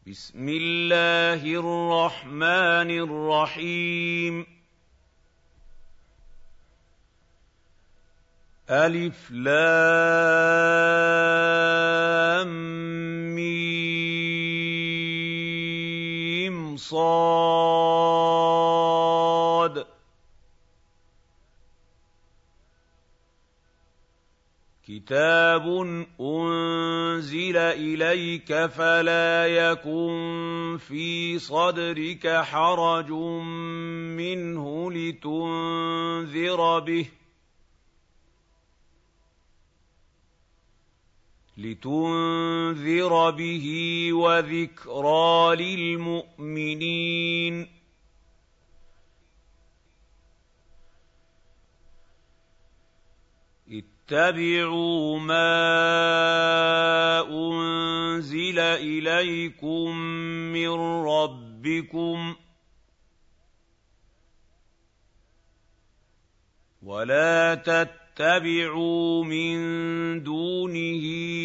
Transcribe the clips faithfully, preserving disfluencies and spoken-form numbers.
بسم الله الرحمن الرحيم ألف لام ميم صاد كتاب أنزل إليك فلا يكن في صدرك حرج منه لتنذر به لتنذر به وذكرى للمؤمنين اتبعوا ما أنزل إليكم من ربكم ولا تتبعوا من دونه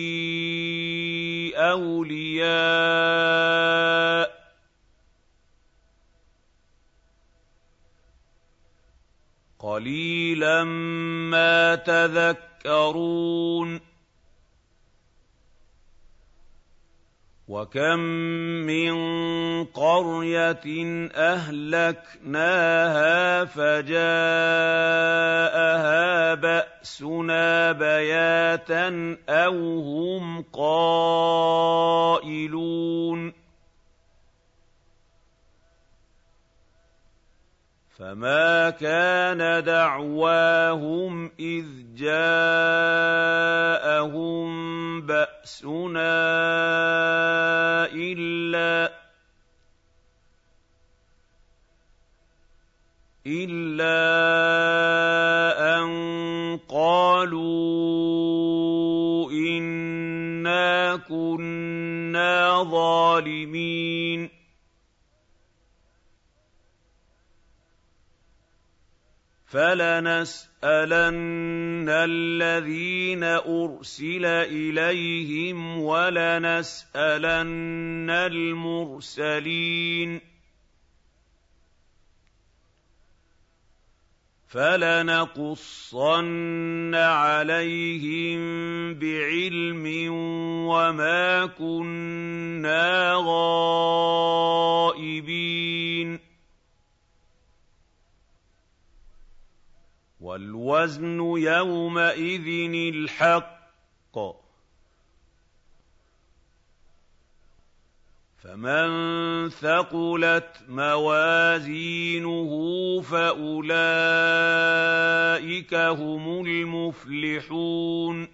أولياء قليلا ما تذكرون وكم من قرية أهلكناها فجاءها بأسنا بياتا أو هم قائلون فما كان دعواهم إذ جاءهم بأسنا إلا إلا أن قالوا إنا كنا ظالمين فلنسألن الذين أرسل إليهم ولنسألن المرسلين فلنقصن عليهم بعلم وما كنا غائبين والوزن يومئذ الحق فمن ثقلت موازينه فأولئك هم المفلحون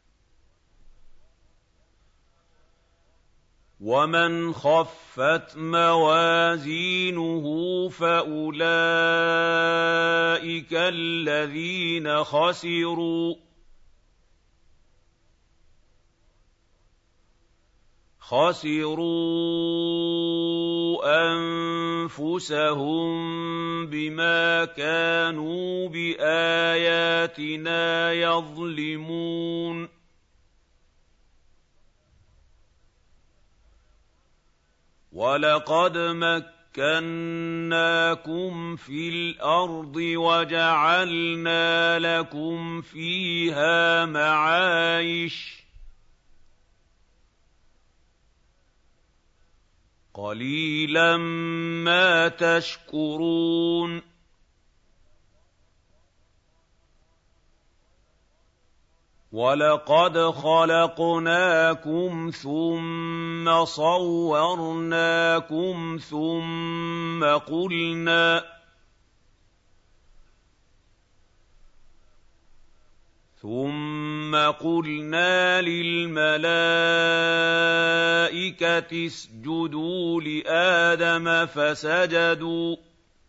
ومن خفت موازينه فأولئك الذين خسروا خسروا أنفسهم بما كانوا بآياتنا يظلمون وَلَقَدْ مَكَّنَّاكُمْ فِي الْأَرْضِ وَجَعَلْنَا لَكُمْ فِيهَا مَعَايِشَ قَلِيلًا مَا تَشْكُرُونَ وَلَقَدْ خَلَقْنَاكُمْ ثُمَّ صَوَّرْنَاكُمْ ثُمَّ قُلْنَا ثُمَّ قُلْنَا لِلْمَلَائِكَةِ اسْجُدُوا لِآدَمَ فَسَجَدُوا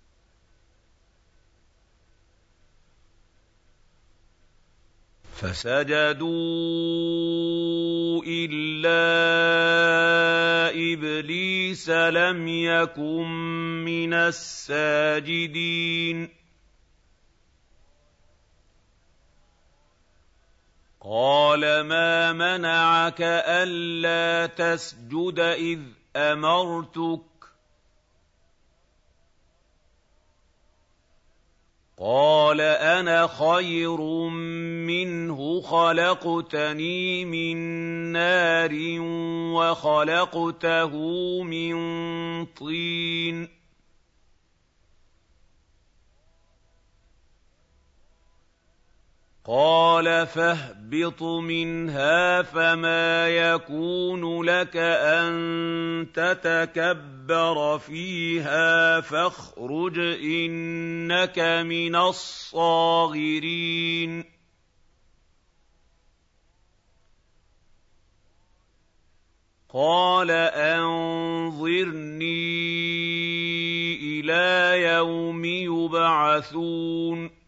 فسجدوا إلا إبليس لم يكن من الساجدين قال ما منعك ألا تسجد إذ أَمَرْتُكَ قَالَ أَنَا خَيْرٌ مِّنْهُ خَلَقْتَنِي مِن نَّارٍ وَخَلَقْتَهُ مِن طِينٍ قَالَ فَاهْبِطْ مِنْهَا فَمَا يَكُونُ لَكَ أَن تَتَكَبَّرَ فِيهَا فَاخْرُجْ إِنَّكَ مِنَ الصَّاغِرِينَ قَالَ أَنظِرْنِي إِلَىٰ يَوْمِ يُبْعَثُونَ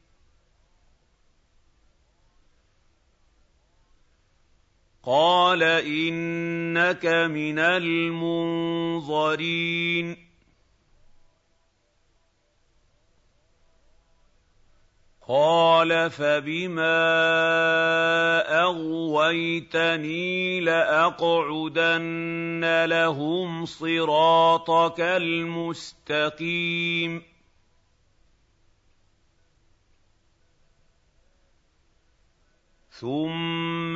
قَالَ إِنَّكَ مِنَ الْمُنظَرِينَ قَالَ فَبِمَا أَغْوَيْتَنِي لَأَقْعُدَنَّ لَهُمْ صِرَاطَكَ الْمُسْتَقِيمَ ثُمَّ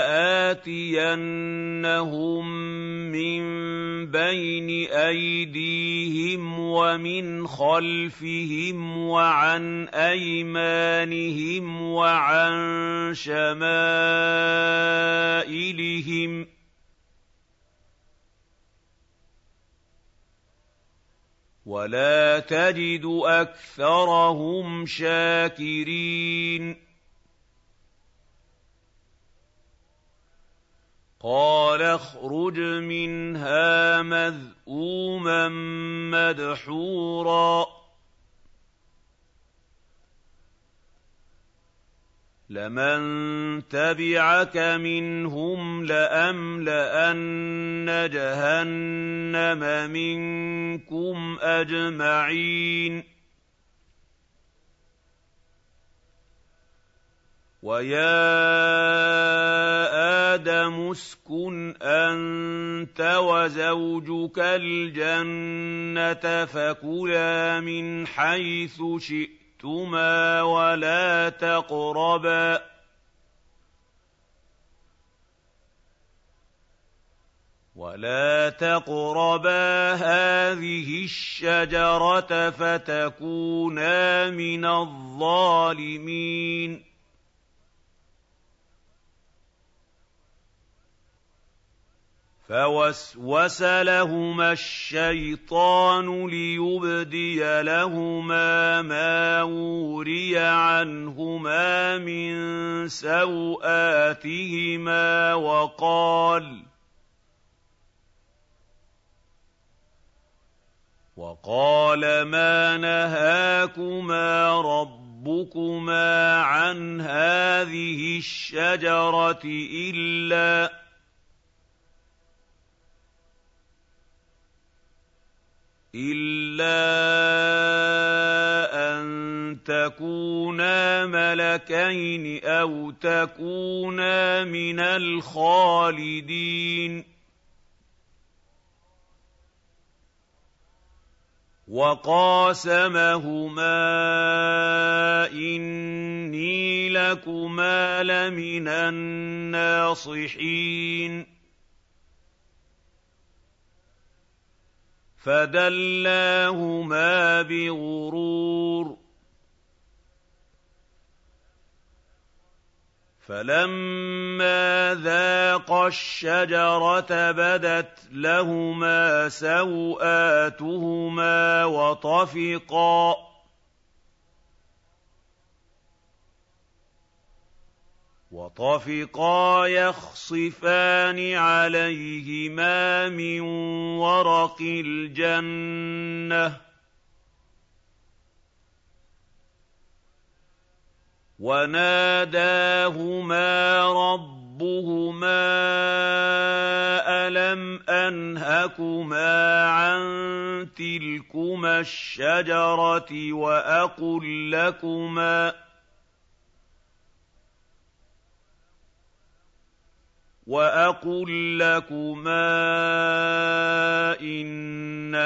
لَآتِيَنَّهُم مِّن بَيْنِ أَيْدِيهِمْ وَمِنْ خَلْفِهِمْ وَعَنْ أَيْمَانِهِمْ وَعَن شَمَائِلِهِمْ ۖ وَلَا تَجِدُ أَكْثَرَهُمْ شَاكِرِينَ قَالَ اخْرُجْ مِنْهَا مَذْءُومًا مَّدْحُورًا ۖ لَّمَن تَبِعَكَ مِنْهُمْ لَأَمْلَأَنَّ جَهَنَّمَ مِنكُمْ أَجْمَعِينَ وَيَا آدَمُ اسْكُنْ أَنتَ وَزَوْجُكَ الْجَنَّةَ فَكُلَا مِنْ حَيْثُ شِئْتُمَا وَلَا تَقْرَبَا وَلَا تَقْرَبَا هَٰذِهِ الشَّجَرَةَ فَتَكُونَا مِنَ الظَّالِمِينَ فَوَسْوَسَ لَهُمَا الشَّيْطَانُ لِيُبْدِيَ لَهُمَا مَا وُرِيَ عَنْهُمَا مِن سَوْآتِهِمَا وَقَالَ وَقَالَ مَا نَهَاكُمَا رَبُّكُمَا عَنْ هَٰذِهِ الشَّجَرَةِ إِلَّا إِلَّا أَن تَكُونَا مَلَكَيْنِ أَوْ تَكُونَا مِنَ الْخَالِدِينَ وَقَاسَمَهُمَا إِنِّي لَكُمَا لَمِنَ النَّاصِحِينَ فَدَلَّاهُمَا بِغُرُورٍ ۚ فَلَمَّا ذَاقَا الشَّجَرَةَ بَدَتْ لَهُمَا سَوْآتُهُمَا وَطَفِقَا وَطَفِقَا يَخْصِفَانِ عَلَيْهِمَا مِن وَرَقِ الْجَنَّةِ وَنَادَاهُمَا رَبُّهُمَا أَلَمْ أَنْهَكُمَا عَن تِلْكُمَا الشَّجَرَةِ وَأَقُل لَّكُمَا وَأَقُل لَّكُمَا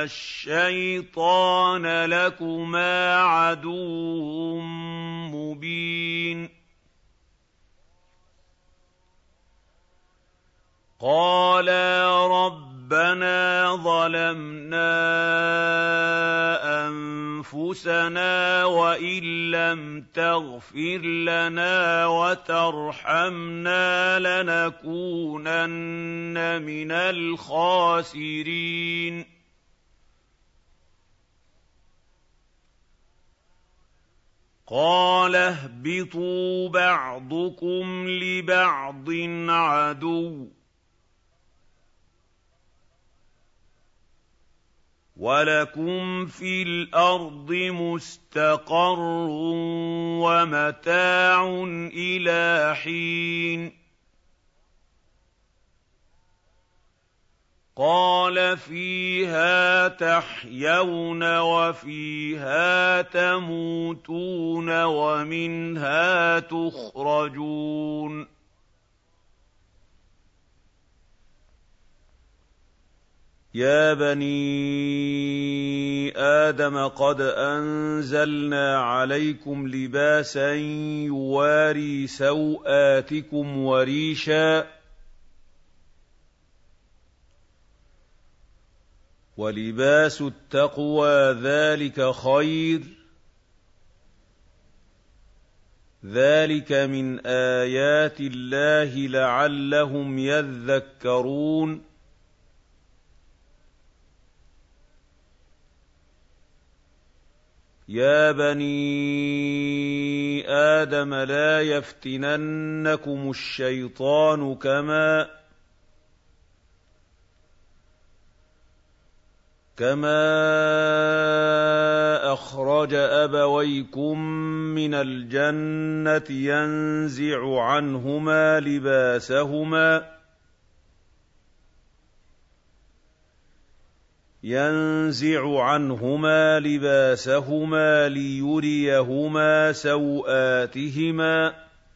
الشَّيْطَانَ لَكُمَا عَدُوٌّ مُّبِينٌ قَالَا رَبَّنَا ظَلَمْنَا أَنفُسَنَا وَإِن لَّمْ تَغْفِرْ لَنَا وَتَرْحَمْنَا لَنَكُونَنَّ مِنَ الْخَاسِرِينَ قَالَ اهْبِطُوا بَعْضُكُمْ لِبَعْضٍ عَدُوٌّ ۖ وَلَكُمْ فِي الْأَرْضِ مُسْتَقَرٌّ وَمَتَاعٌ إِلَىٰ حِينٍ قَالَ فِيهَا تَحْيَوْنَ وَفِيهَا تَمُوتُونَ وَمِنْهَا تُخْرَجُونَ يَا بَنِي آدَمَ قَدْ أَنزَلْنَا عَلَيْكُمْ لِبَاسًا يُوَارِي سَوْآتِكُمْ وَرِيشًا وَلِبَاسُ التَّقْوَىٰ ذَٰلِكَ خَيْرٌ ۚ ذَٰلِكَ مِنْ آيَاتِ اللَّهِ لَعَلَّهُمْ يَذَّكَّرُونَ يَا بَنِي آدَمَ لَا يَفْتِنَنَّكُمُ الشَّيْطَانُ كَمَا كَمَا أَخْرَجَ أَبَوَيْكُم مِّنَ الْجَنَّةِ يَنزِعُ عَنْهُمَا لِبَاسَهُمَا يَنزِعُ عَنْهُمَا لِبَاسَهُمَا لِيُرِيَهُمَا سَوْآتِهِمَا ۗ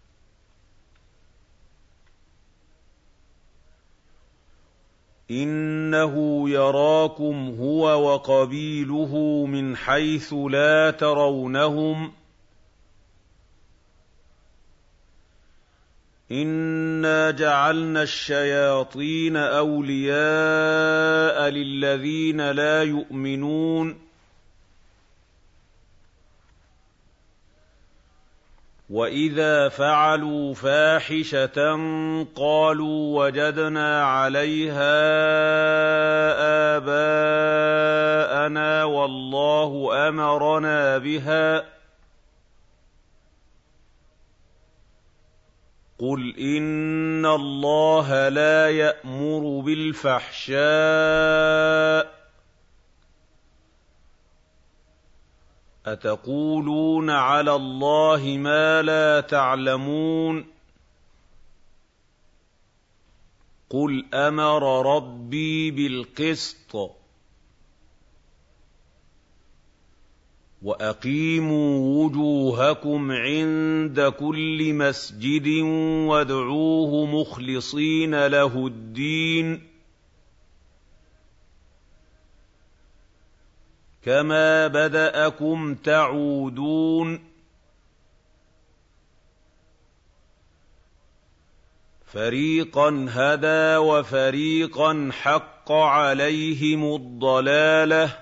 إِنَّهُ يَرَاكُمْ هُوَ وَقَبِيلُهُ مِنْ حَيْثُ لَا تَرَوْنَهُمْ ۗ إِنَّا جَعَلْنَا الشَّيَاطِينَ أَوْلِيَاءَ لِلَّذِينَ لَا يُؤْمِنُونَ وَإِذَا فَعَلُوا فَاحِشَةً قَالُوا وَجَدْنَا عَلَيْهَا آبَاءَنَا وَاللَّهُ أَمَرَنَا بِهَا ۗ قُلْ إِنَّ اللَّهَ لَا يَأْمُرُ بِالْفَحْشَاءِ ۖ أَتَقُولُونَ عَلَى اللَّهِ مَا لَا تَعْلَمُونَ قُلْ أَمَرَ رَبِّي بِالْقِسْطِ ۖ وَأَقِيمُوا وُجُوهَكُمْ عِندَ كُلِّ مَسْجِدٍ وَادْعُوهُ مُخْلِصِينَ لَهُ الدِّينَ كَمَا بَدَأَكُمْ تَعُودُونَ فَرِيقًا هَدَىٰ وَفَرِيقًا حَقَّ عَلَيْهِمُ الضَّلَالَةُ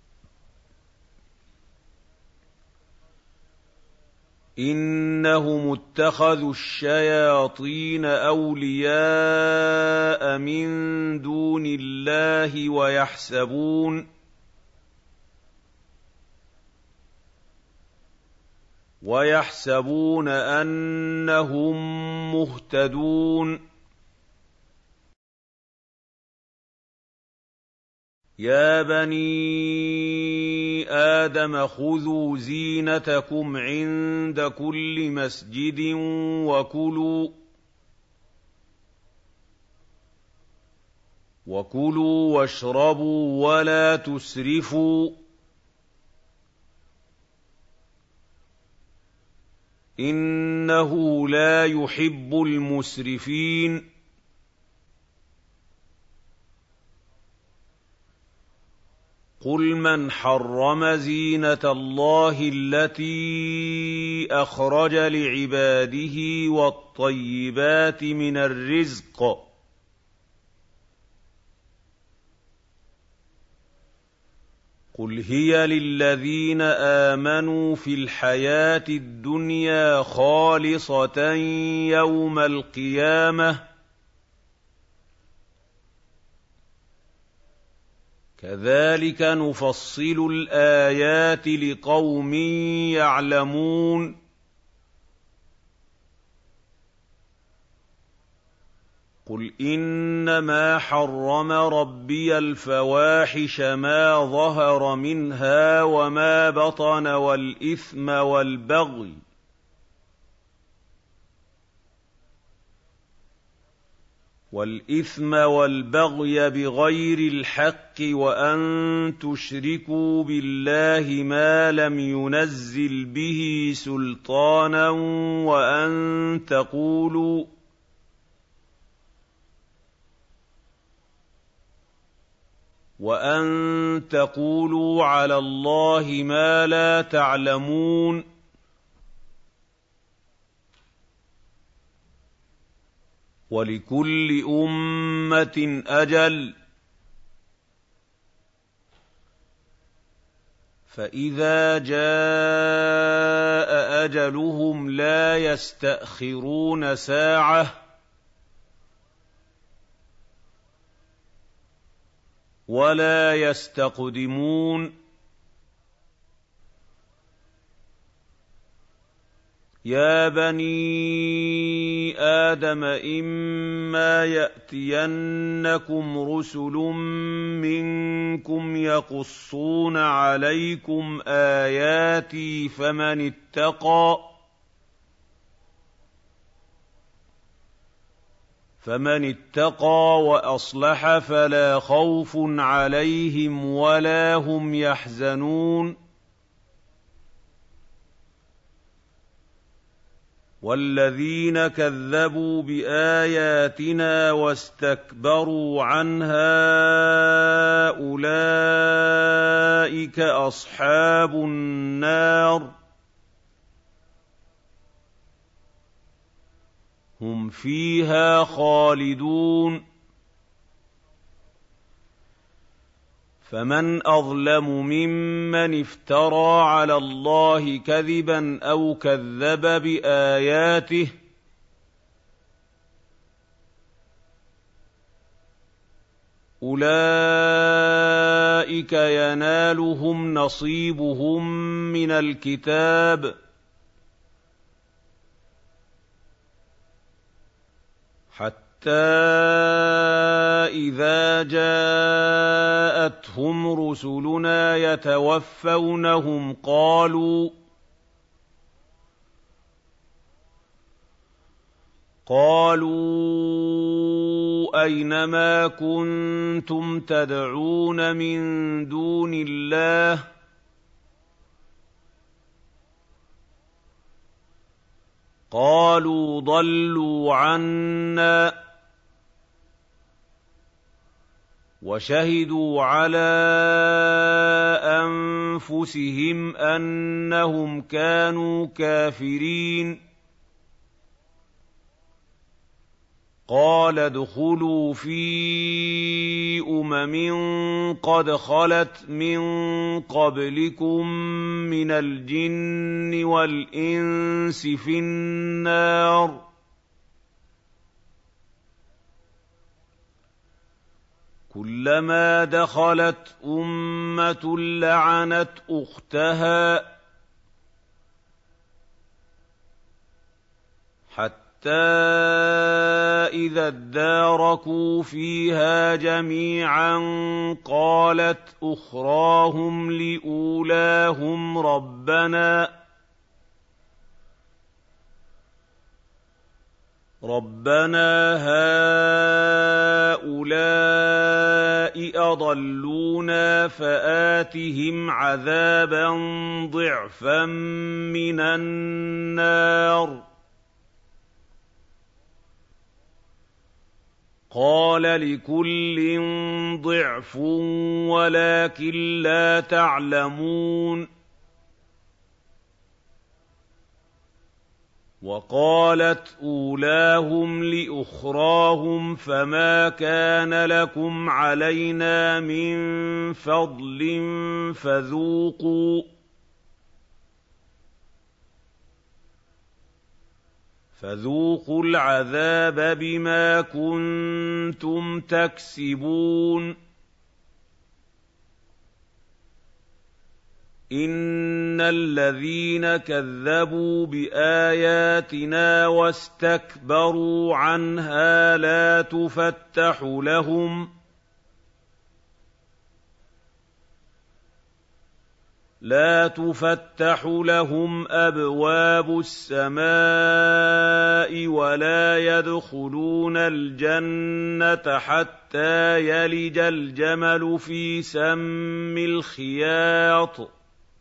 إِنَّهُمُ اتَّخَذُوا الشَّيَاطِينَ أَوْلِيَاءَ مِن دُونِ اللَّهِ وَيَحْسَبُونَ وَيَحْسَبُونَ أَنَّهُم مُّهْتَدُونَ يَا بَنِي آدَمَ خُذُوا زِينَتَكُمْ عِندَ كُلِّ مَسْجِدٍ وَكُلُوا وَكُلُوا وَاشْرَبُوا وَلَا تُسْرِفُوا إِنَّهُ لَا يُحِبُّ قُلْ مَنْ حَرَّمَ زِينَةَ اللَّهِ الَّتِي أَخْرَجَ لِعِبَادِهِ وَالطَّيِّبَاتِ مِنَ الرِّزْقِ ۚ قُلْ هِيَ لِلَّذِينَ آمَنُوا فِي الْحَيَاةِ الدُّنْيَا خَالِصَةً يَوْمَ الْقِيَامَةِ ۗ كَذَٰلِكَ نُفَصِّلُ الْآيَاتِ لِقَوْمٍ يَعْلَمُونَ قُلْ إِنَّمَا حَرَّمَ رَبِّيَ الْفَوَاحِشَ مَا ظَهَرَ مِنْهَا وَمَا بَطَنَ وَالْإِثْمَ وَالْبَغْيَ وَالْإِثْمَ وَالْبَغْيَ بِغَيْرِ الْحَقِّ وَأَن تُشْرِكُوا بِاللَّهِ مَا لَمْ يُنَزِّلْ بِهِ سُلْطَانًا وَأَن تَقُولُوا وَأَن تَقُولُوا عَلَى اللَّهِ مَا لَا تَعْلَمُونَ وَلِكُلِّ أُمَّةٍ أَجَلٌ ۖ فَإِذَا جَاءَ أَجَلُهُمْ لَا يَسْتَأْخِرُونَ سَاعَةً ۖ وَلَا يَسْتَقْدِمُونَ يَا بَنِي آدَمَ إِمَّا يَأْتِيَنَّكُمْ رُسُلٌ مِّنكُمْ يَقُصُّونَ عَلَيْكُمْ آيَاتِي فَمَنِ اتَّقَىٰ فَمَنِ اتَّقَىٰ وَأَصْلَحَ فَلَا خَوْفٌ عَلَيْهِمْ وَلَا هُمْ يَحْزَنُونَ وَالَّذِينَ كَذَّبُوا بِآيَاتِنَا وَاسْتَكْبَرُوا عَنْهَا أُولَٰئِكَ أَصْحَابُ النَّارِ ۖ هُمْ فِيهَا خَالِدُونَ فَمَنْ أَظْلَمُ مِمَّنِ افْتَرَىٰ عَلَى اللَّهِ كَذِبًا أَوْ كَذَّبَ بِآيَاتِهِ ۚ أُولَٰئِكَ يَنَالُهُمْ نَصِيبُهُم مِّنَ الْكِتَابِ حَتَّىٰ إِذَا جَاءَتْهُمْ رُسُلُنَا يَتَوَفَّوْنَهُمْ قَالُوا قَالُوا أَيْنَ مَا كُنتُمْ تَدْعُونَ مِن دُونِ اللَّهِ قَالُوا ضَلُّوا عَنَّا وَشَهِدُوا عَلَىٰ أَنفُسِهِمْ أَنَّهُمْ كَانُوا كَافِرِينَ قَالَ ادْخُلُوا فِي أُمَمٍ قَدْ خَلَتْ مِن قَبْلِكُم مِّنَ الْجِنِّ وَالْإِنسِ فِي النَّارِ ۖ كُلَّمَا دَخَلَتْ أُمَّةٌ لَّعَنَتْ أُخْتَهَا حَتَّىٰ إِذَا ادَّارَكُوا فِيهَا جَمِيعًا قَالَتْ أُخْرَاهُمْ لِأُولَاهُمْ رَبَّنَا رَبَّنَا هَٰؤُلَاءِ أَضَلُّونَا فَآتِهِمْ عَذَابًا ضِعْفًا مِّنَ النَّارِ قَالَ لِكُلٍّ ضِعْفٌ وَلَٰكِن لَّا تَعْلَمُونَ وَقَالَتْ أُولَاهُمْ لِأُخْرَاهُمْ فَمَا كَانَ لَكُمْ عَلَيْنَا مِن فَضْلٍ فَذُوقُوا فَذُوقُوا الْعَذَابَ بِمَا كُنتُمْ تَكْسِبُونَ إِنَّ الَّذِينَ كَذَّبُوا بِآيَاتِنَا وَاسْتَكْبَرُوا عَنْهَا لَا تُفَتَّحُ لَهُمْ لا تفتح لهم أبواب السماء ولا يدخلون الجنة حتى يلج الجمل في سم الخياط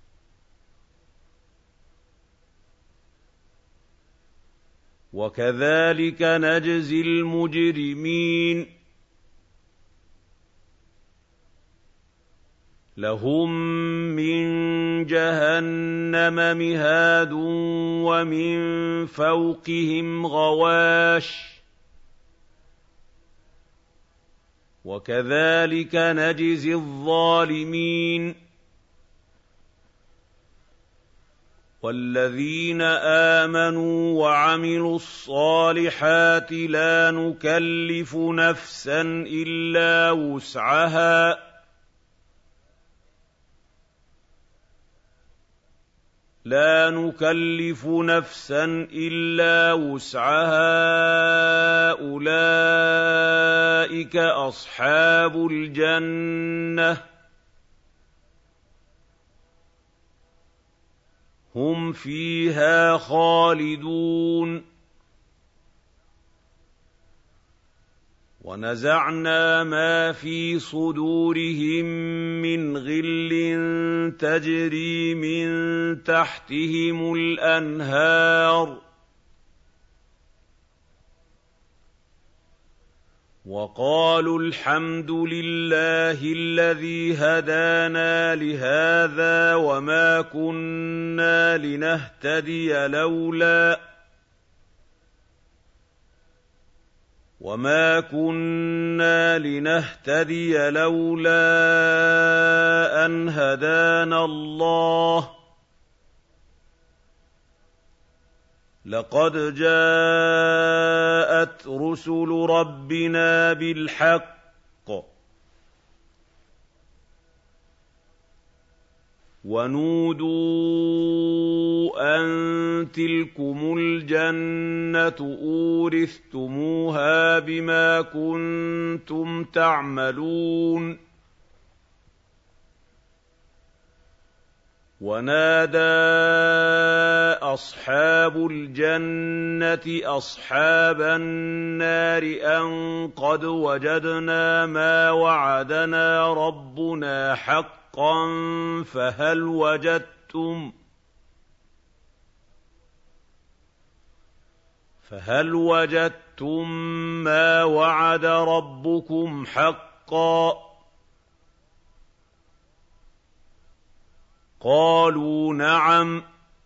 وكذلك نجزي المجرمين لهم من جهنم مهاد ومن فوقهم غواش وكذلك نجزي الظالمين والذين آمنوا وعملوا الصالحات لا نكلف نفسا إلا وسعها لا نكلف نفسا إلا وسعها أولئك أصحاب الجنة هم فيها خالدون ونزعنا ما في صدورهم من غل تجري من تحتهم الأنهار وقالوا الحمد لله الذي هدانا لهذا وما كنا لنهتدي لولا وما كنا لنهتدي لولا أن هدانا الله لقد جاءت رسل ربنا بالحق ونودوا أن تلكم الجنة أورثتموها بما كنتم تعملون ونادى أصحاب الجنة أصحاب النار أن قد وجدنا ما وعدنا ربنا حقا فهل وجدتم فهل وجدتم ما وعد ربكم حقا قالوا نعم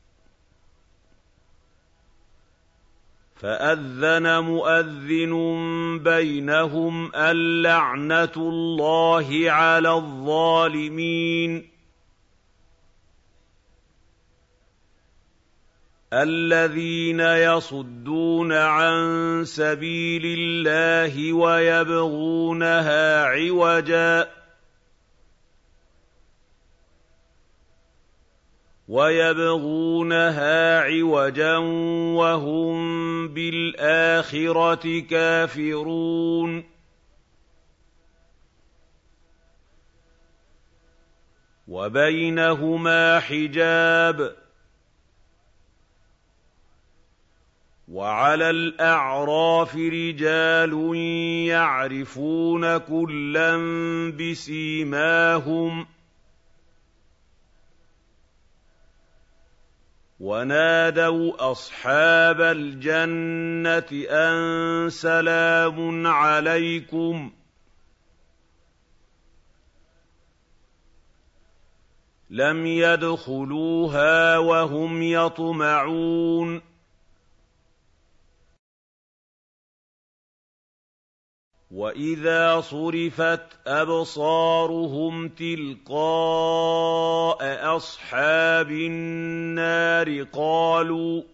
فأذن مؤذن بينهم اللعنة الله على الظالمين الذين يصدون عن سبيل الله ويبغونها عوجا ويبغونها عوجا وهم بالآخرة كافرون وبينهما حجاب وعلى الأعراف رجال يعرفون كلا بسيماهم وَنَادَوْا أَصْحَابَ الْجَنَّةِ أَن سَلَامٌ عَلَيْكُمْ لَمْ يَدْخُلُوهَا وَهُمْ يَطْمَعُونَ وَإِذَا صُرِفَتْ أَبْصَارُهُمْ تِلْقَاءَ أَصْحَابِ النَّارِ قَالُوا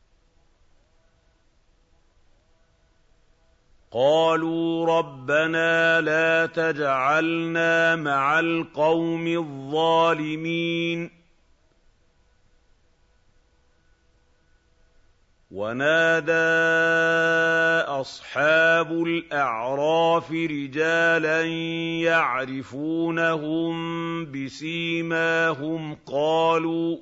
قَالُوا رَبَّنَا لَا تَجْعَلْنَا مَعَ الْقَوْمِ الظَّالِمِينَ وَنَادَىٰ أَصْحَابُ الْأَعْرَافِ رِجَالًا يَعْرِفُونَهُم بِسِيمَاهُمْ قَالُوا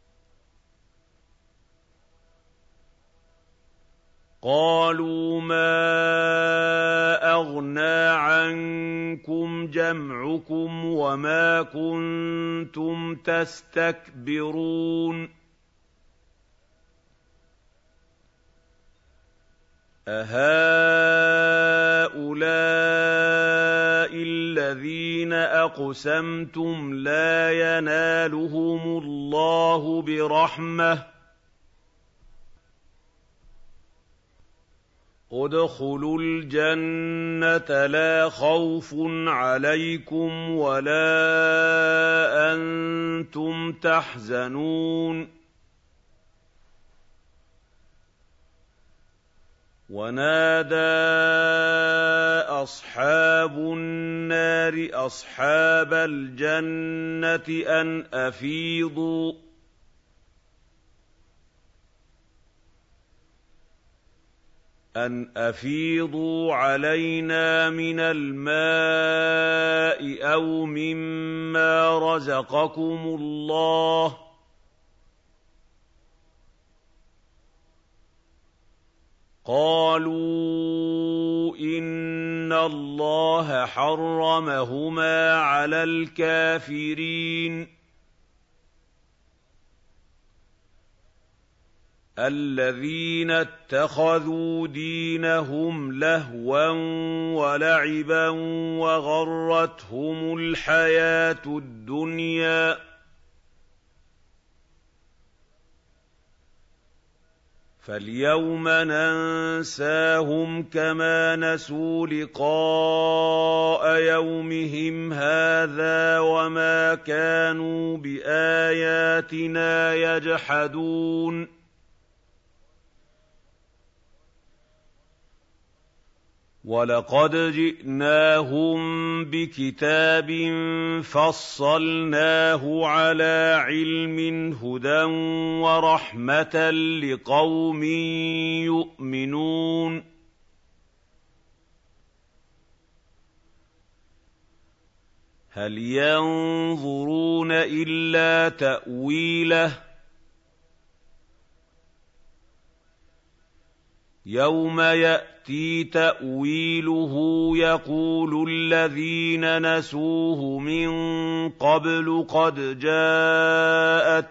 قَالُوا مَا أَغْنَىٰ عَنكُمْ جَمْعُكُمْ وَمَا كُنتُمْ تَسْتَكْبِرُونَ أَهَٰؤُلَاءِ الَّذِينَ أَقْسَمْتُمْ لَا يَنَالُهُمُ اللَّهُ بِرَحْمَةٍ ادْخُلُوا الْجَنَّةَ لَا خَوْفٌ عَلَيْكُمْ وَلَا أَنتُمْ تَحْزَنُونَ وَنَادَىٰ أَصْحَابُ النَّارِ أَصْحَابَ الْجَنَّةِ أَنْ أَفِيضُوا أَنْ أَفِيضُوا عَلَيْنَا مِنَ الْمَاءِ أَوْ مِمَّا رَزَقَكُمُ اللَّهُ قَالُوا إِنَّ اللَّهَ حَرَّمَهُمَا عَلَى الْكَافِرِينَ الَّذِينَ اتَّخَذُوا دِينَهُمْ لَهْوًا وَلَعِبًا وَغَرَّتْهُمُ الْحَيَاةُ الدُّنْيَا فَالْيَوْمَ نَنسَاهُمْ كَمَا نَسُوا لِقَاءَ يَوْمِهِمْ هَٰذَا وَمَا كَانُوا بِآيَاتِنَا يَجْحَدُونَ وَلَقَدْ جِئْنَاهُم بِكِتَابٍ فَصَّلْنَاهُ عَلَىٰ عِلْمٍ هُدًى وَرَحْمَةً لِّقَوْمٍ يُؤْمِنُونَ هَلْ يَنظُرُونَ إِلَّا تَأْوِيلَهُ يَوْمَ يَأْتِي تَأْوِيلُهُ يَقُولُ الَّذِينَ نَسُوهُ مِن قَبْلُ قَدْ جَاءَتْ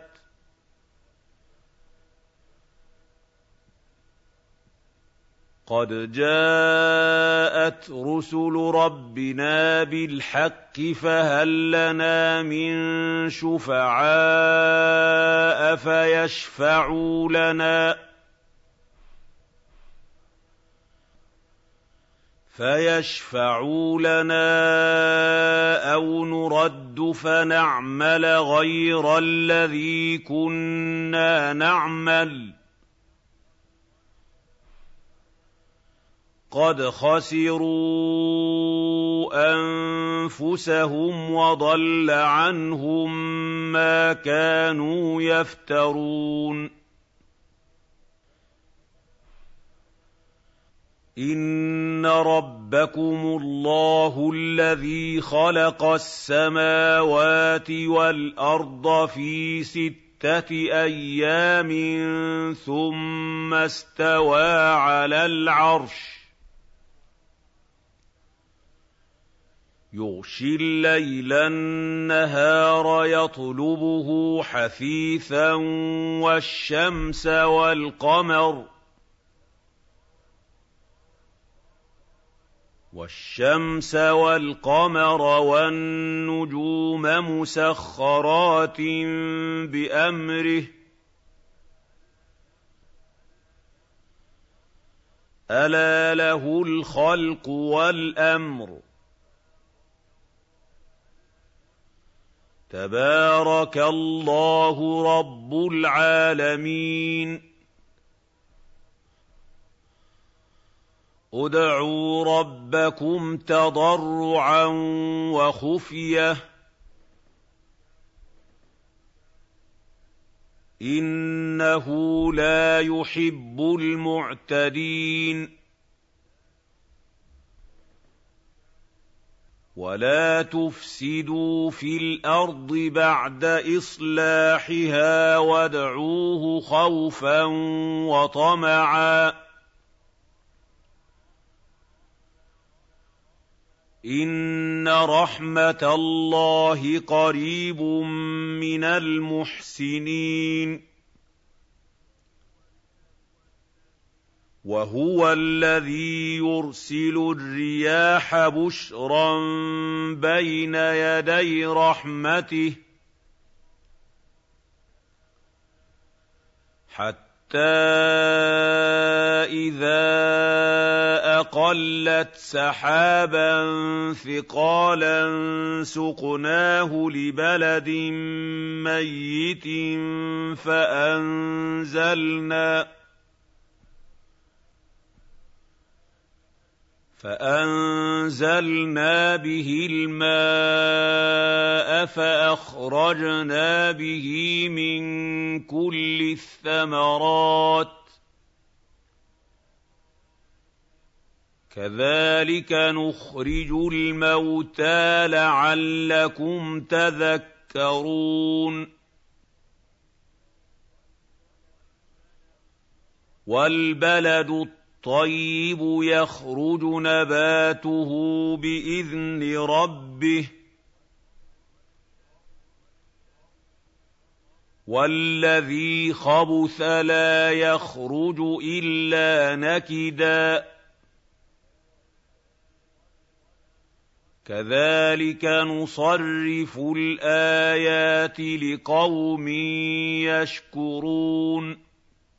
قَدْ جَاءَتْ رُسُلُ رَبِّنَا بِالْحَقِّ فَهَل لَّنَا مِن شُفَعَاءَ فَيَشْفَعُوا لَنَا فَيَشْفَعُوا لَنَا أَوْ نُرَدُّ فَنَعْمَلَ غَيْرَ الَّذِي كُنَّا نَعْمَلُ قَدْ خَسِرُوا أَنفُسَهُمْ وَضَلَّ عَنْهُم مَّا كَانُوا يَفْتَرُونَ إِنَّ رَبَّكُمُ اللَّهُ الَّذِي خَلَقَ السَّمَاوَاتِ وَالْأَرْضَ فِي سِتَّةِ أَيَّامٍ ثُمَّ اسْتَوَىٰ عَلَى الْعَرْشِ يغشي الليل النهار يطلبه حثيثا والشمس والقمر والشمس والقمر والنجوم مسخرات بأمره ألا له الخلق والأمر تبارك الله رب العالمين ادعوا ربكم تضرعا وخفية إنه لا يحب المعتدين ولا تفسدوا في الأرض بعد إصلاحها وادعوه خوفا وطمعا إن رحمة الله قريب من المحسنين وهو الذي يرسل الرياح بشرا بين يدي رحمته حتى إذا أقلت سحابا ثقالا سقناه لبلد ميت فأنزلنا فأنزلنا به الماء فأخرجنا به من كل الثمرات كذلك نخرج الموتى لعلكم تذكرون والبلد الطيب يخرج نباته بإذن ربه والذي خبث لا يخرج إلا نكدا كذلك نصرف الآيات لقوم يشكرون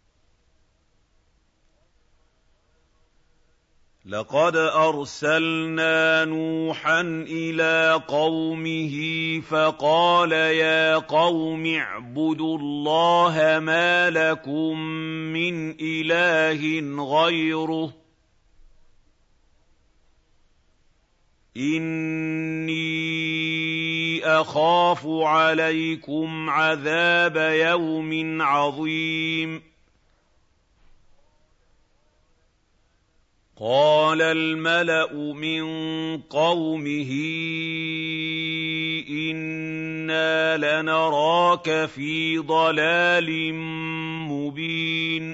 لقد أرسلنا نوحا إلى قومه فقال يا قوم اعبدوا الله ما لكم من إله غيره إني أخاف عليكم عذاب يوم عظيم قال الملأ من قومه إنا لنراك في ضلال مبين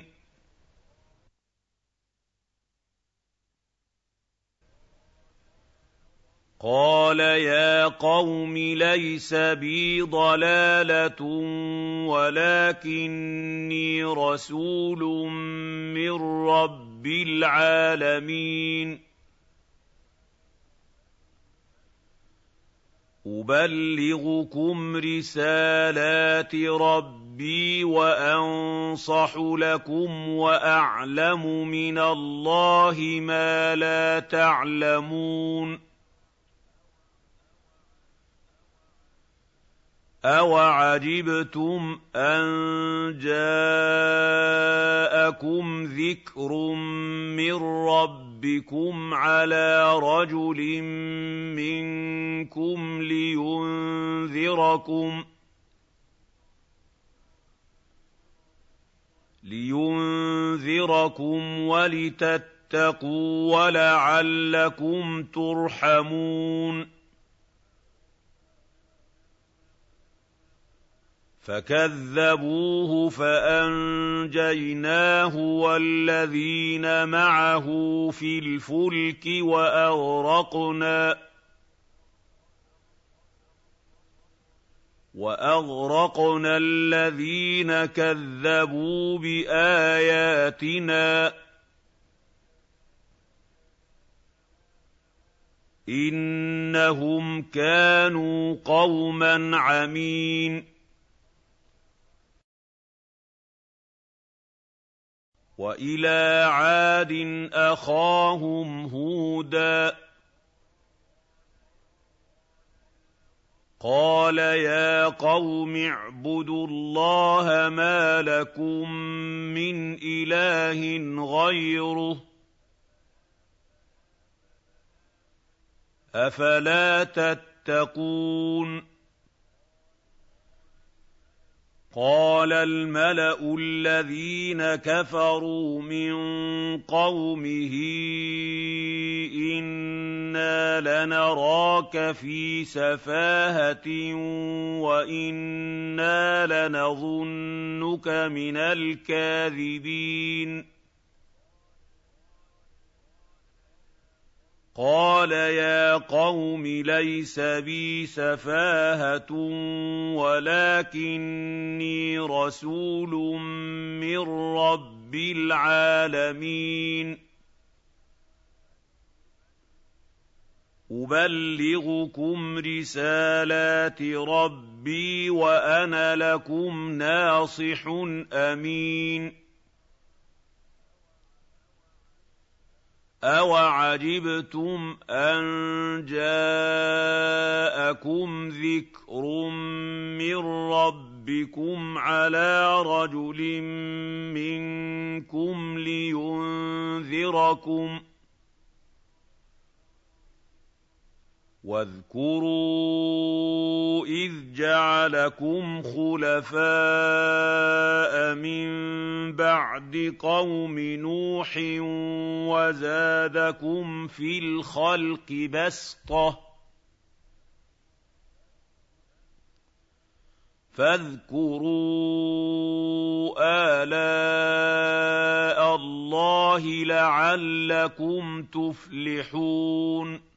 قال يا قوم ليس بي ضلالة ولكني رسول من رب العالمين أبلغكم رسالات ربي وأنصح لكم وأعلم من الله ما لا تعلمون أَوَعَجِبْتُمْ أَن جَاءَكُمْ ذِكْرٌ مِّن رَّبِّكُمْ عَلَىٰ رَجُلٍ مِّنكُمْ لِيُنذِرَكُمْ لِيُنذِرَكُمْ وَلِتَتَّقُوا وَلَعَلَّكُمْ تُرْحَمُونَ فَكَذَّبُوهُ فَأَنجَيْنَاهُ وَالَّذِينَ مَعَهُ فِي الْفُلْكِ وَأَغْرَقْنَا وَأَغْرَقْنَا الَّذِينَ كَذَّبُوا بِآيَاتِنَا ۚ إِنَّهُمْ كَانُوا قَوْمًا عَمِينَ وَإِلَىٰ عَادٍ أَخَاهُمْ هُودًا ۚ قَالَ يَا قَوْمِ اعْبُدُوا اللَّهَ مَا لَكُم مِّنْ إِلَٰهٍ غَيْرُهُ ۖ أَفَلَا تَتَّقُونَ قَالَ الْمَلَأُ الَّذِينَ كَفَرُوا مِن قَوْمِهِ إِنَّا لَنَرَاكَ فِي سَفَاهَةٍ وَإِنَّا لَنَظُنُّكَ مِنَ الْكَاذِبِينَ قَالَ يَا قَوْمِ لَيْسَ بِي سَفَاهَةٌ وَلَٰكِنِّي رَسُولٌ مِّن رَّبِّ الْعَالَمِينَ أُبَلِّغُكُمْ رِسَالَاتِ رَبِّي وَأَنَا لَكُمْ نَاصِحٌ أَمِينٌ أَوَعَجِبْتُمْ أَن جَاءَكُمْ ذِكْرٌ مِّن رَّبِّكُمْ عَلَىٰ رَجُلٍ مِّنكُمْ لِيُنذِرَكُمْ ۖ وَاذْكُرُوا إِذْ جَعَلَكُمْ خُلَفَاءَ مِن بَعْدِ قَوْمِ نُوحٍ وَزَادَكُمْ فِي الْخَلْقِ بَسْطَةً ۖ فاذكروا آلاء اللَّهِ لَعَلَّكُمْ تُفْلِحُونَ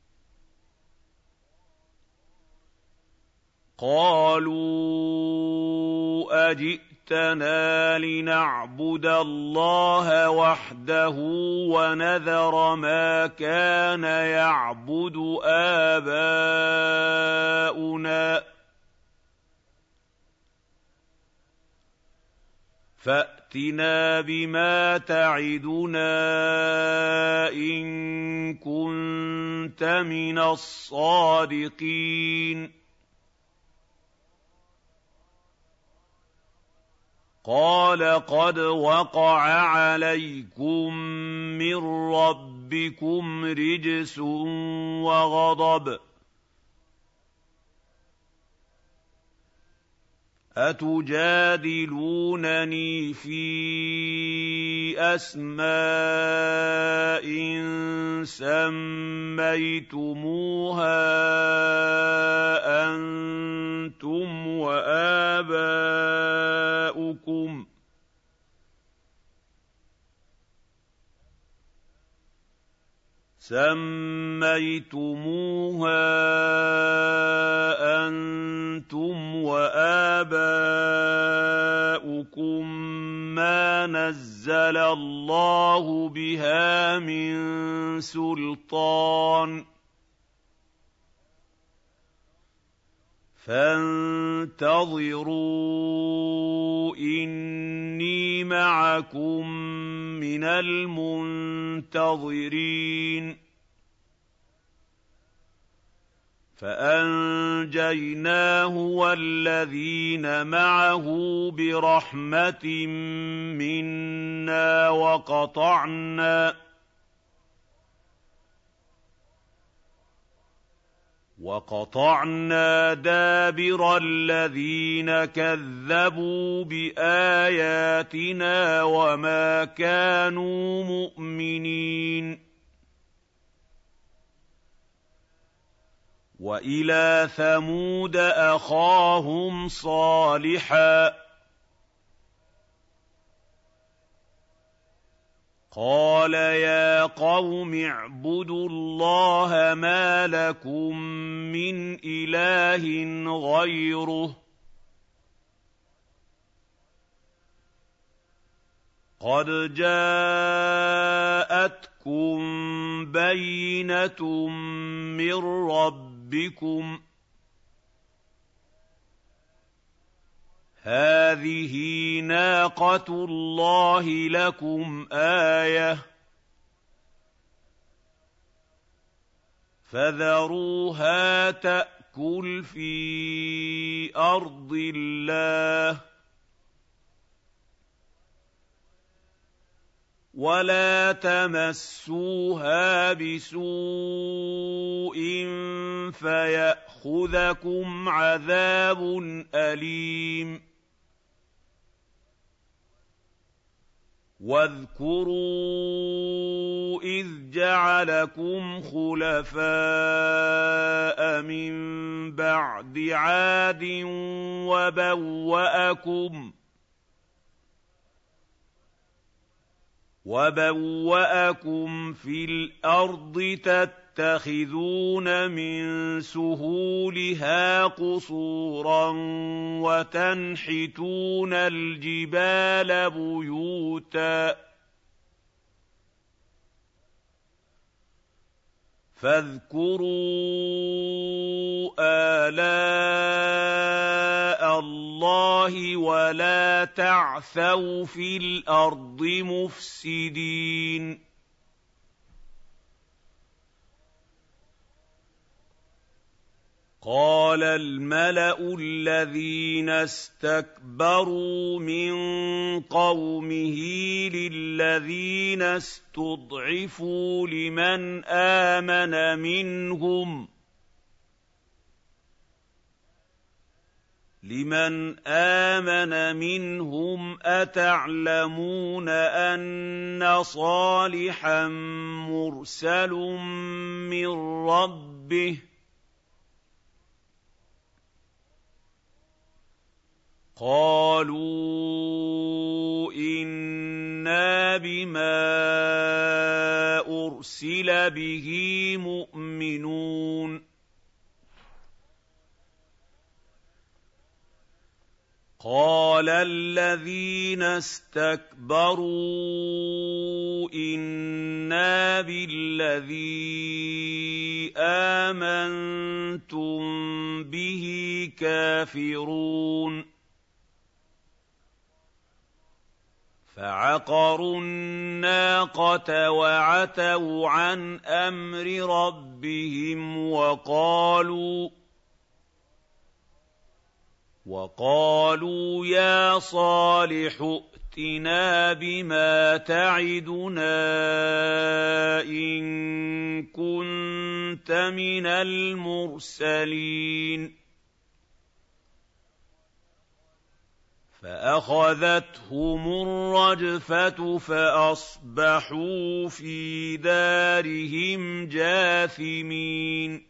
قَالُوا أَجِئْتَنَا لِنَعْبُدَ اللَّهَ وَحْدَهُ وَنَذَرَ مَا كَانَ يَعْبُدُ آبَاؤُنَا ۖ فَأْتِنَا بِمَا تَعِدُنَا إِن كُنتَ مِنَ الصَّادِقِينَ قَالَ قَدْ وَقَعَ عَلَيْكُم مِّن رَّبِّكُمْ رِجْسٌ وَغَضَبٌ ۖ أَتُجَادِلُونَنِي فِي أَسْمَاءٍ سَمَّيْتُمُوهَا أَنتُمْ وَآبَاؤُكُمْ سَمَّيْتُمُوهَا أَنتُمْ وَآبَاؤُكُم مَّا نَزَّلَ اللَّهُ بِهَا مِن سُلْطَانٍ ۚ فَانتَظِرُوا إِنِّي مَعَكُم مِّنَ الْمُنتَظِرِينَ فَأَنجَيْنَاهُ وَالَّذِينَ مَعَهُ بِرَحْمَةٍ مِّنَّا وَقَطَعْنَا وَقَطَعْنَا دَابِرَ الَّذِينَ كَذَّبُوا بِآيَاتِنَا وَمَا كَانُوا مُؤْمِنِينَ وَإِلَىٰ ثَمُودَ أَخَاهُمْ صَالِحًا ۗ قَالَ يَا قَوْمِ اعْبُدُوا اللَّهَ مَا لَكُم مِّنْ إِلَٰهٍ غَيْرُهُ قَدْ جَاءَتْكُم بَيِّنَةٌ مِّن رَّبِّكُمْ ۖ هَٰذِهِ نَاقَةُ اللَّهِ لَكُمْ آيَةً ۖ فَذَرُوهَا تَأْكُلْ فِي أَرْضِ اللَّهِ وَلَا تَمَسُّوهَا بِسُوءٍ فَيَأْخُذَكُمْ عَذَابٌ أَلِيمٌ وَاذْكُرُوا إِذْ جَعَلَكُمْ خُلَفَاءَ مِن بَعْدِ عَادٍ وَبَوَّأَكُمْ وَبَوَّأَكُمْ فِي الْأَرْضِ تَتَّخِذُونَ مِن سُهُولِهَا قُصُورًا وَتَنْحِتُونَ الْجِبَالَ بُيُوتًا فَاذْكُرُوا آلَاءَ اللَّهِ وَلَا تَعْثَوْا فِي الْأَرْضِ مُفْسِدِينَ قَالَ الْمَلَأُ الَّذِينَ اسْتَكْبَرُوا مِن قَوْمِهِ لِلَّذِينَ اسْتُضْعِفُوا لِمَنْ آمَنَ مِنْهُمْ لِمَنْ آمَنَ مِنْهُمْ أَتَعْلَمُونَ أَنَّ صَالِحًا مُّرْسَلٌ مِّن رَّبِّهِ ۚ قَالُوا إِنَّا بِمَا أُرْسِلَ بِهِ مُؤْمِنُونَ قَالَ الَّذِينَ اسْتَكْبَرُوا إِنَّا بِالَّذِي آمَنتُم بِهِ كَافِرُونَ فَعَقَرُوا النَّاقَةَ وَعَتَوْا عَنْ أَمْرِ رَبِّهِمْ وَقَالُوا وَقَالُوا يَا صَالِحُ ائْتِنَا بِمَا تَعِدُنَا إِن كُنتَ مِنَ الْمُرْسَلِينَ فَأَخَذَتْهُمُ الرَّجْفَةُ فَأَصْبَحُوا فِي دَارِهِمْ جَاثِمِينَ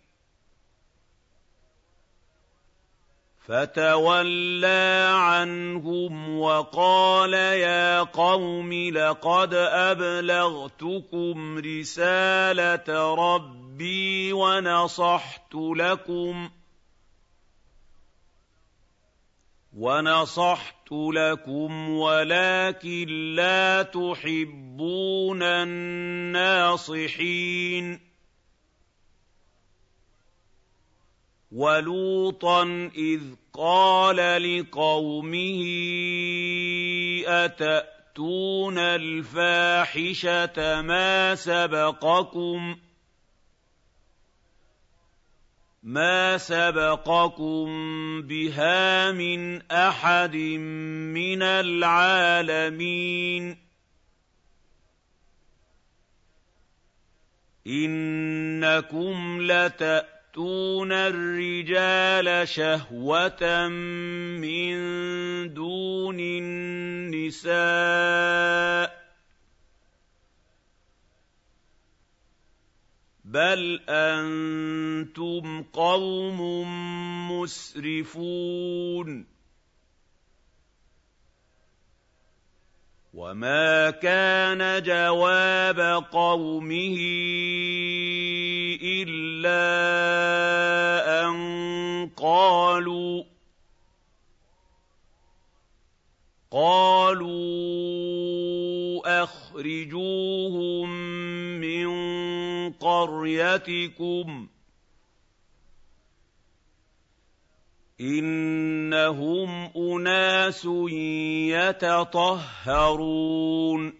فَتَوَلَّىٰ عَنْهُمْ وَقَالَ يَا قَوْمِ لَقَدْ أَبْلَغْتُكُمْ رِسَالَةَ رَبِّي وَنَصَحْتُ لَكُمْ وَنَصَحْتُ لَكُمْ وَلَٰكِن لَّا تُحِبُّونَ النَّاصِحِينَ وَلُوطًا إِذْ قَالَ لِقَوْمِهِ أَتَأْتُونَ الْفَاحِشَةَ مَا سَبَقَكُم مَا سَبَقَكُم بِهَا مِنْ أَحَدٍ مِّنَ الْعَالَمِينَ إِنَّكُمْ لَتَأْتُونَ الرِّجَالَ شَهْوَةً مِّن دُونِ النِّسَاءِ بَلْ أَنتُمْ قَوْمٌ مُّسْرِفُونَ وَمَا كَانَ جَوَابَ قَوْمِهِ إِلَّا أَن قَالُوا قَالُوا أَخْرِجُوهُم مِّن قَرْيَتِكُمْ ۖ إِنَّهُمْ أُنَاسٌ يَتَطَهَّرُونَ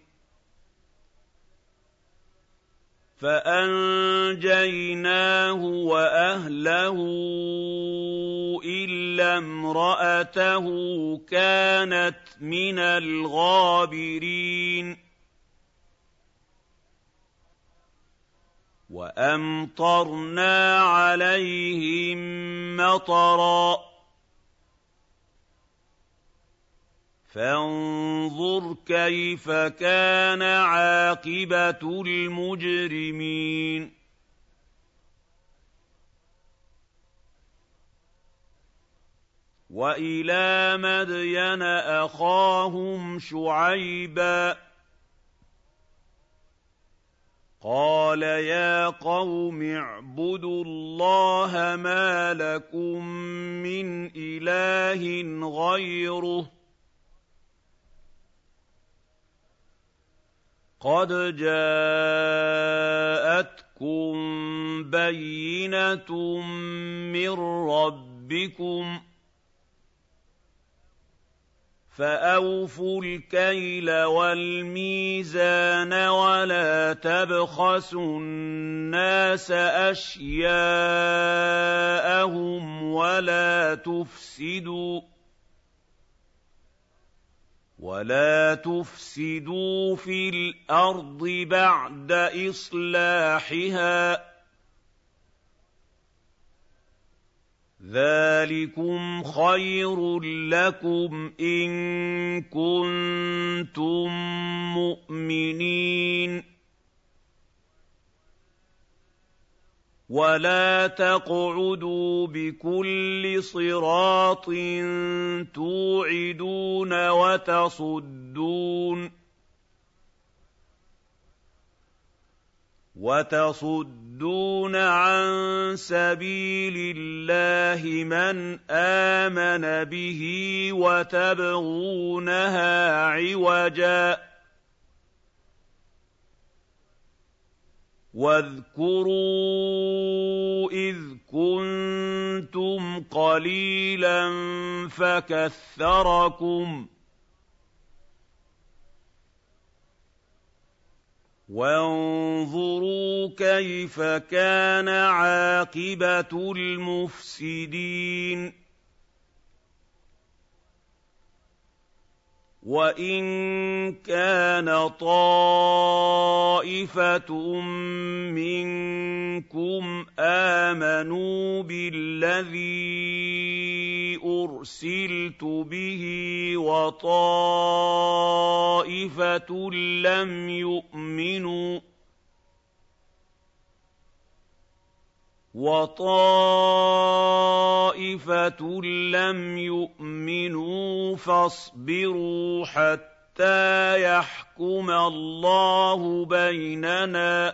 فَأَنجَيْنَاهُ وَأَهْلَهُ إِلَّا امْرَأَتَهُ كَانَتْ مِنَ الْغَابِرِينَ وَأَمْطَرْنَا عَلَيْهِم مَّطَرًا فَانظُرْ كَيْفَ كَانَ عَاقِبَةُ الْمُجْرِمِينَ وَإِلَىٰ مَدْيَنَ أَخَاهُمْ شُعَيْبًا ۗ قَالَ يَا قَوْمِ اعْبُدُوا اللَّهَ مَا لَكُم مِّنْ إِلَٰهٍ غَيْرُهُ قَدْ جَاءَتْكُم بَيِّنَةٌ مِّن رَّبِّكُمْ ۖ فَأَوْفُوا الْكَيْلَ وَالْمِيزَانَ وَلَا تَبْخَسُوا النَّاسَ أَشْيَاءَهُمْ وَلَا تُفْسِدُوا وَلَا تُفْسِدُوا فِي الْأَرْضِ بَعْدَ إِصْلَاحِهَا ۚ ذَٰلِكُمْ خَيْرٌ لَّكُمْ إِن كُنتُم مُّؤْمِنِينَ وَلَا تَقْعُدُوا بِكُلِّ صِرَاطٍ تُوعِدُونَ وَتَصُدُّونَ وَتَصُدُّونَ عَن سَبِيلِ اللَّهِ مَنْ آمَنَ بِهِ وَتَبْغُونَهَا عِوَجًا ۚ وَاذْكُرُوا إِذْ كُنتُمْ قَلِيلًا فَكَثَّرَكُمْ ۖ وَانظُرُوا كَيْفَ كَانَ عَاقِبَةُ الْمُفْسِدِينَ وَإِن كَانَ طَائِفَةٌ مِّنكُمْ آمَنُوا بِالَّذِي أُرْسِلْتُ بِهِ وَطَائِفَةٌ لَّمْ يُؤْمِنُوا وَطَائِفَةٌ لَّمْ يُؤْمِنُوا فَاصْبِرُوا حَتَّىٰ يَحْكُمَ اللَّهُ بَيْنَنَا ۚ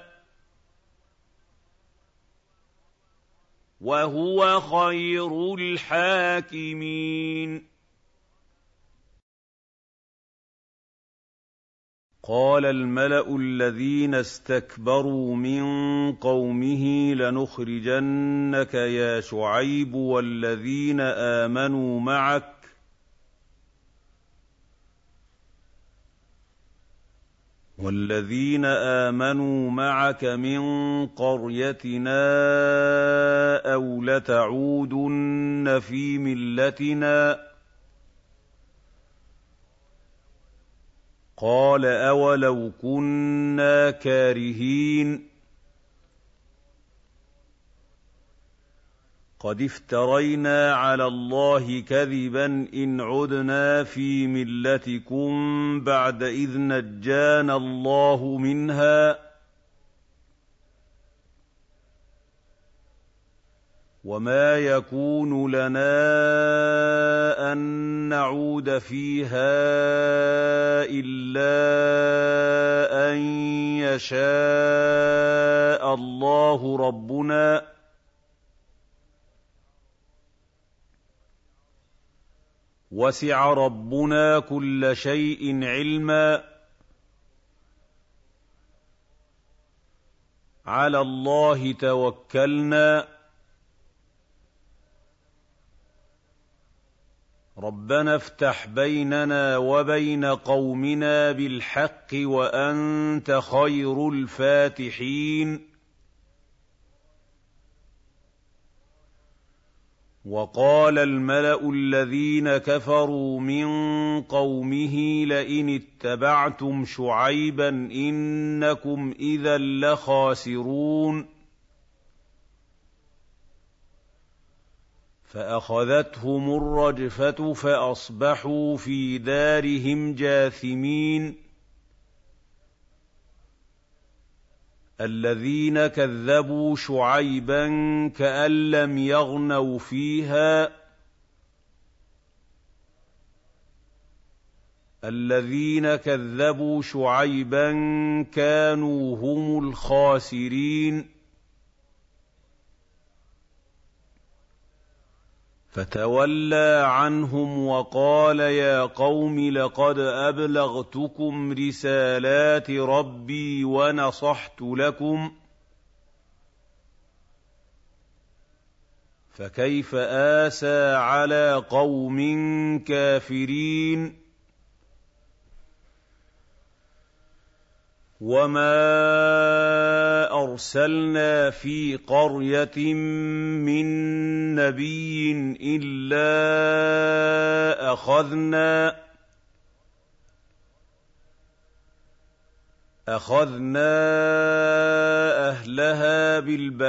وَهُوَ خَيْرُ الْحَاكِمِينَ قَالَ الْمَلَأُ الَّذِينَ اسْتَكْبَرُوا مِن قَوْمِهِ لَنُخْرِجَنَّكَ يَا شُعَيْبُ وَالَّذِينَ آمَنُوا مَعَكَ وَالَّذِينَ آمَنُوا مَعَكَ مِن قَرْيَتِنَا أَوْ لَتَعُودُنَّ فِي مِلَّتِنَا قَالَ أَوَلَوْ كُنَّا كَارِهِينَ قَدِ افْتَرَيْنَا عَلَى اللَّهِ كَذِبًا إِنْ عُدْنَا فِي مِلَّتِكُم بَعْدَ إِذْ نَجَّانَا اللَّهُ مِنْهَا وما يكون لنا أن نعود فيها إلا أن يشاء الله ربنا وسع ربنا كل شيء علما على الله توكلنا ربنا افتح بيننا وبين قومنا بالحق وأنت خير الفاتحين وقال الملأ الذين كفروا من قومه لئن اتبعتم شعيبا إنكم إذا لخاسرون فأخذتهم الرجفة فأصبحوا في دارهم جاثمين الذين كذبوا شعيبا كأن لم يغنوا فيها الذين كذبوا شعيبا كانوا هم الخاسرين فتولى عنهم وقال يا قوم لقد أبلغتكم رسالات ربي ونصحت لكم فكيف آسى على قوم كافرين وما أرسلنا في قرية من نبي إلا أخذنا أخذنا أهلها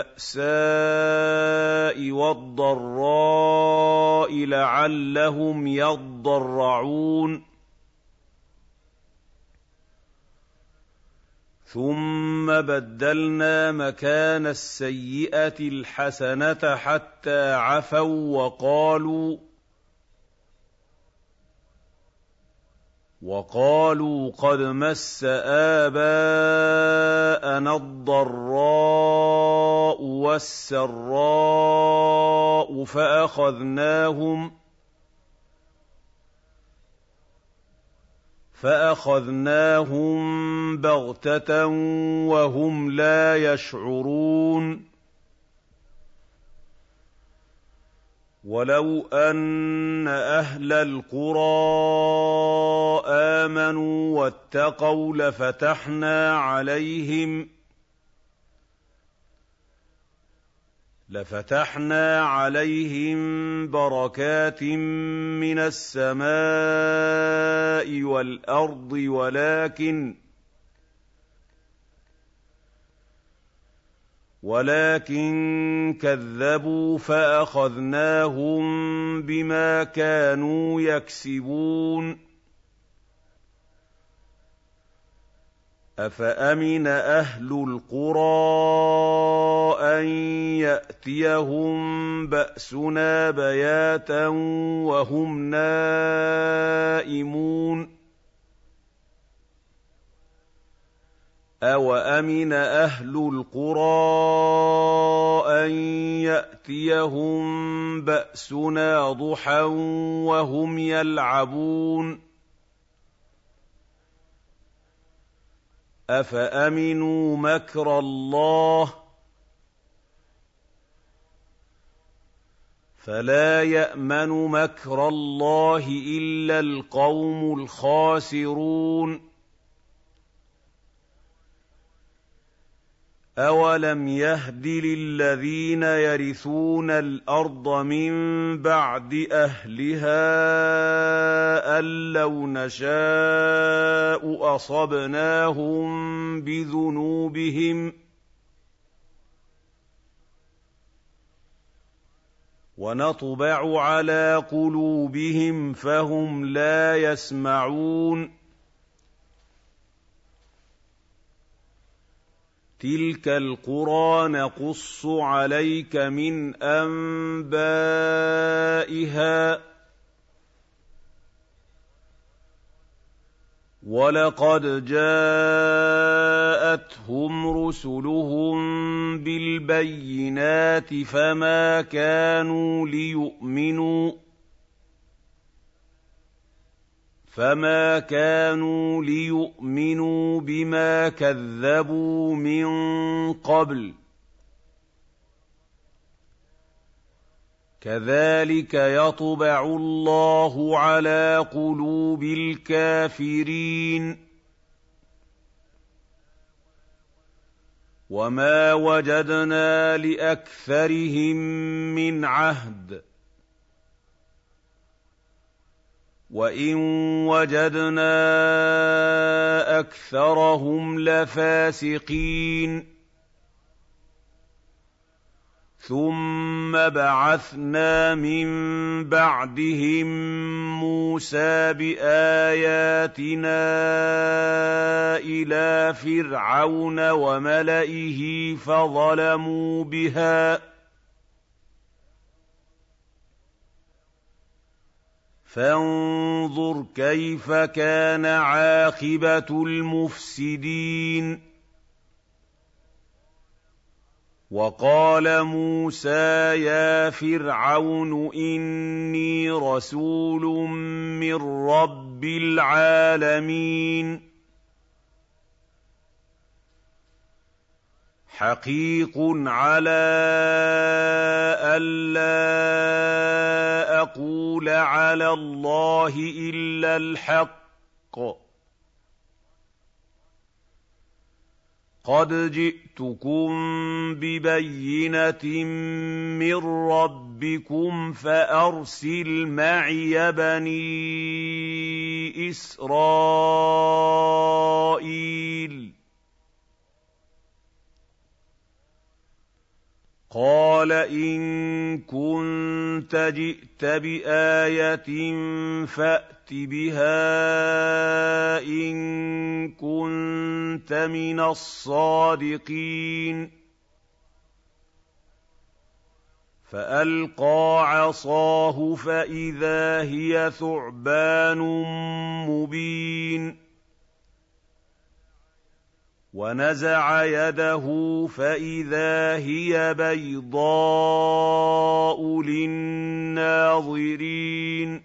بالبأساء والضراء لعلهم يضرعون ثم بدلنا مكان السيئة الحسنة حتى عفوا وقالوا وقالوا قد مس آباءنا الضراء والسراء فأخذناهم فأخذناهم بغتة وهم لا يشعرون ولو أن أهل القرى آمنوا واتقوا لفتحنا عليهم لفتحنا عليهم بركات من السماء والأرض ولكن ولكن كذبوا فأخذناهم بما كانوا يكسبون أفأمن أهل القرى أن يأتيهم بأسنا بياتا وهم نائمون أوأمن أهل القرى أن يأتيهم بأسنا ضحى وهم يلعبون أفأمنوا مكر الله فلا يأمن مكر الله إلا القوم الخاسرون أولم يهد للذين يرثون الأرض من بعد أهلها أن لو نشاء أصبناهم بذنوبهم ونطبع على قلوبهم فهم لا يسمعون تِلْكَ الْقُرَىٰ نَقُصُّ عَلَيْكَ مِنْ أَنبَائِهَا ۚ وَلَقَدْ جَاءَتْهُمْ رُسُلُهُم بِالْبَيِّنَاتِ فَمَا كَانُوا لِيُؤْمِنُوا فما كانوا ليؤمنوا بما كذبوا من قبل ۚ كذلك يطبع الله على قلوب الكافرين. وما وجدنا لأكثرهم من عهد، وَإِن وَجَدْنَا أَكْثَرَهُمْ لَفَاسِقِينَ. ثُمَّ بَعَثْنَا مِن بَعْدِهِم مُّوسَىٰ بِآيَاتِنَا إِلَىٰ فِرْعَوْنَ وَمَلَئِهِ فَظَلَمُوا بِهَا ۖ فانظُرْ كَيْفَ كَانَ عَاقِبَةُ الْمُفْسِدِينَ. وَقَالَ مُوسَىٰ يَا فِرْعَوْنُ إِنِّي رَسُولٌ مِّن رَّبِّ الْعَالَمِينَ حَقِيقٌ عَلَىٰ أَلَّا أَقُولَ عَلَى اللَّهِ إِلَّا الْحَقَّ ۚ قَدْ جِئْتُكُم بِبَيِّنَةٍ مِّن رَّبِّكُمْ فَأَرْسِلْ مَعِيَ بَنِي إِسْرَائِيلَ. قَالَ إِن كُنتَ جِئْتَ بِآيَةٍ فَأْتِ بِهَا إِن كُنتَ مِنَ الصَّادِقِينَ. فَأَلْقَىٰ عَصَاهُ فَإِذَا هِيَ ثُعْبَانٌ مُّبِينٌ، وَنَزَعَ يَدَهُ فَإِذَا هِيَ بَيْضَاءُ لِلنَّاظِرِينَ.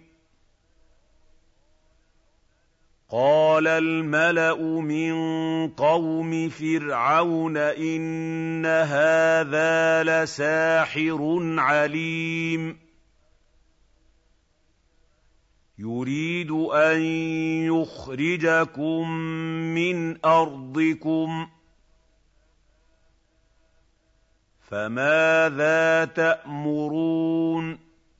قَالَ الْمَلَأُ مِن قَوْمِ فِرْعَوْنَ إِنَّ هَٰذَا لَسَاحِرٌ عَلِيمٌ يُرِيدُ أَن يُخْرِجَكُم مِّنْ أَرْضِكُمْ، فَمَاذَا تَأْمُرُونَ؟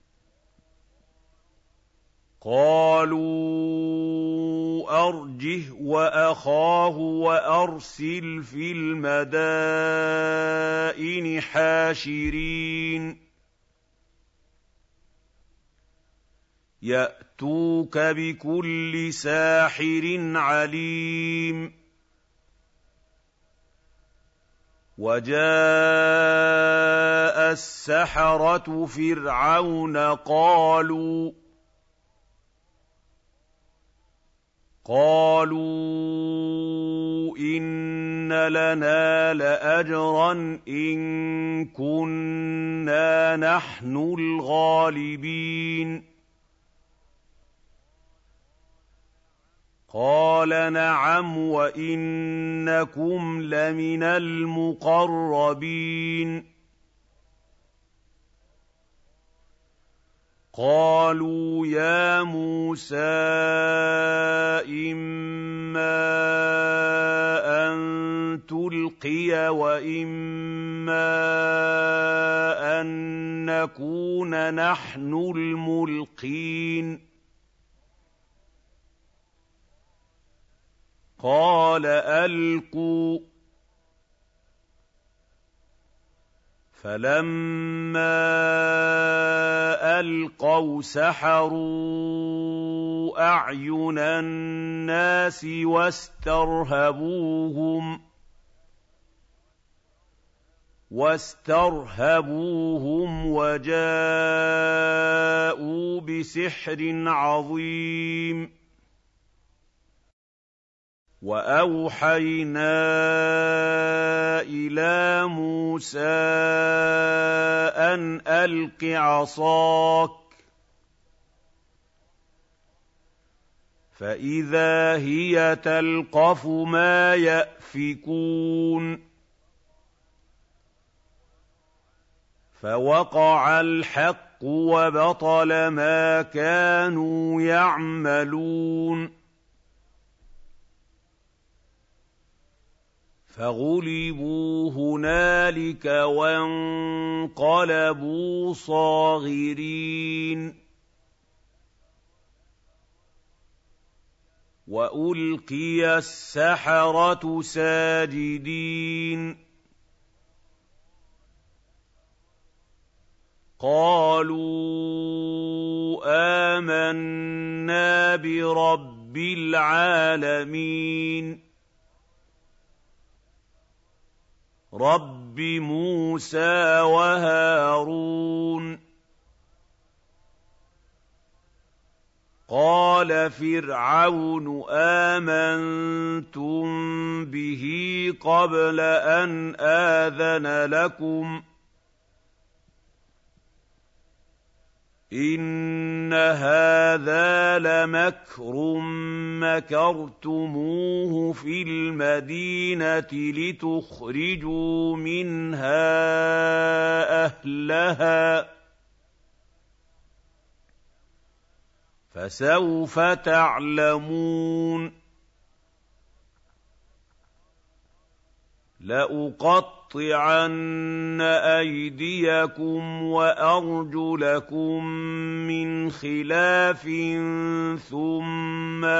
قَالُوا أَرْجِهْ وَأَخَاهُ وَأَرْسِلْ فِي الْمَدَائِنِ حَاشِرِينَ يَأْتُوكَ بِكُلِّ سَاحِرٍ عَلِيمٍ. وَجَاءَ السَّحَرَةُ فِرْعَوْنَ قَالُوا قَالُوا إِنَّ لَنَا لَأَجْرًا إِن كُنَّا نَحْنُ الْغَالِبِينَ. قَالَ نَعَمْ وَإِنَّكُمْ لَمِنَ الْمُقَرَّبِينَ. قَالُوا يَا مُوسَىٰ إِمَّا أَن تُلْقِيَ وَإِمَّا أَن نَّكُونَ نَحْنُ الْمُلْقِينَ. قَالَ أَلْقُوا ۖ فَلَمَّا أَلْقَوْا سَحَرُوا أَعْيُنَ النَّاسِ وَاسْتَرْهَبُوهُمْ ۖ وَاسْتَرْهَبُوهُمْ وَجَاءُوا بِسِحْرٍ عَظِيمٍ وَأَوْحَيْنَا إِلَىٰ مُوسَىٰ أَنْ أَلْقِ عَصَاكَ فَإِذَا هِيَ تَلْقَفُ مَا يَأْفِكُونَ فَوَقَعَ الْحَقُّ وَبَطَلَ مَا كَانُوا يَعْمَلُونَ فَغُلِبُوا هُنَالِكَ وَانقَلَبُوا صَاغِرِينَ وَأُلْقِيَ السَّحَرَةُ سَاجِدِينَ قَالُوا آمَنَّا بِرَبِّ الْعَالَمِينَ رَبِّ مُوسَىٰ وَهَارُونَ قَالَ فِرْعَوْنُ آمَنتُم بِهِ قَبْلَ أَنْ آذَنَ لَكُمْ ۖ إِنَّ هَٰذَا لَمَكْرٌ مَّكَرْتُمُوهُ فِي الْمَدِينَةِ لِتُخْرِجُوا مِنْهَا أَهْلَهَا ۖ فَسَوْفَ تَعْلَمُونَ لَأُقَطِّعَنَّ أَيْدِيَكُمْ وَأَرْجُلَكُم مِّنْ خِلَافٍ ثُمَّ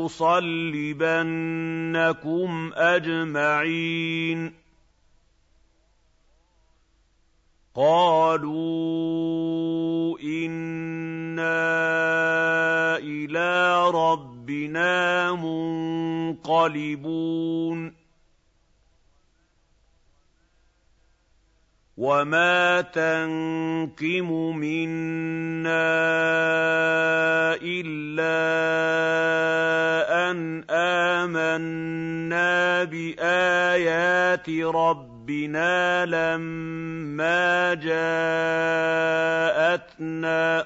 لَأُصَلِّبَنَّكُمْ أَجْمَعِينَ قَالُوا إِنَّا إِلَىٰ رَبِّنَا مُنقَلِبُونَ وَمَا تَنقِمُ مِنَّا إِلَّا أَنْ آمَنَّا بِآيَاتِ رَبِّنَا لَمَّا جَاءَتْنَا ۚ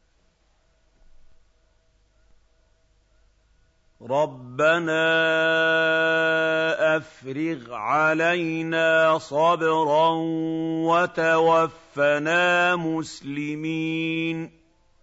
رَبَّنَا أَفْرِغْ عَلَيْنَا صَبْرًا وَتَوَفَّنَا مُسْلِمِينَ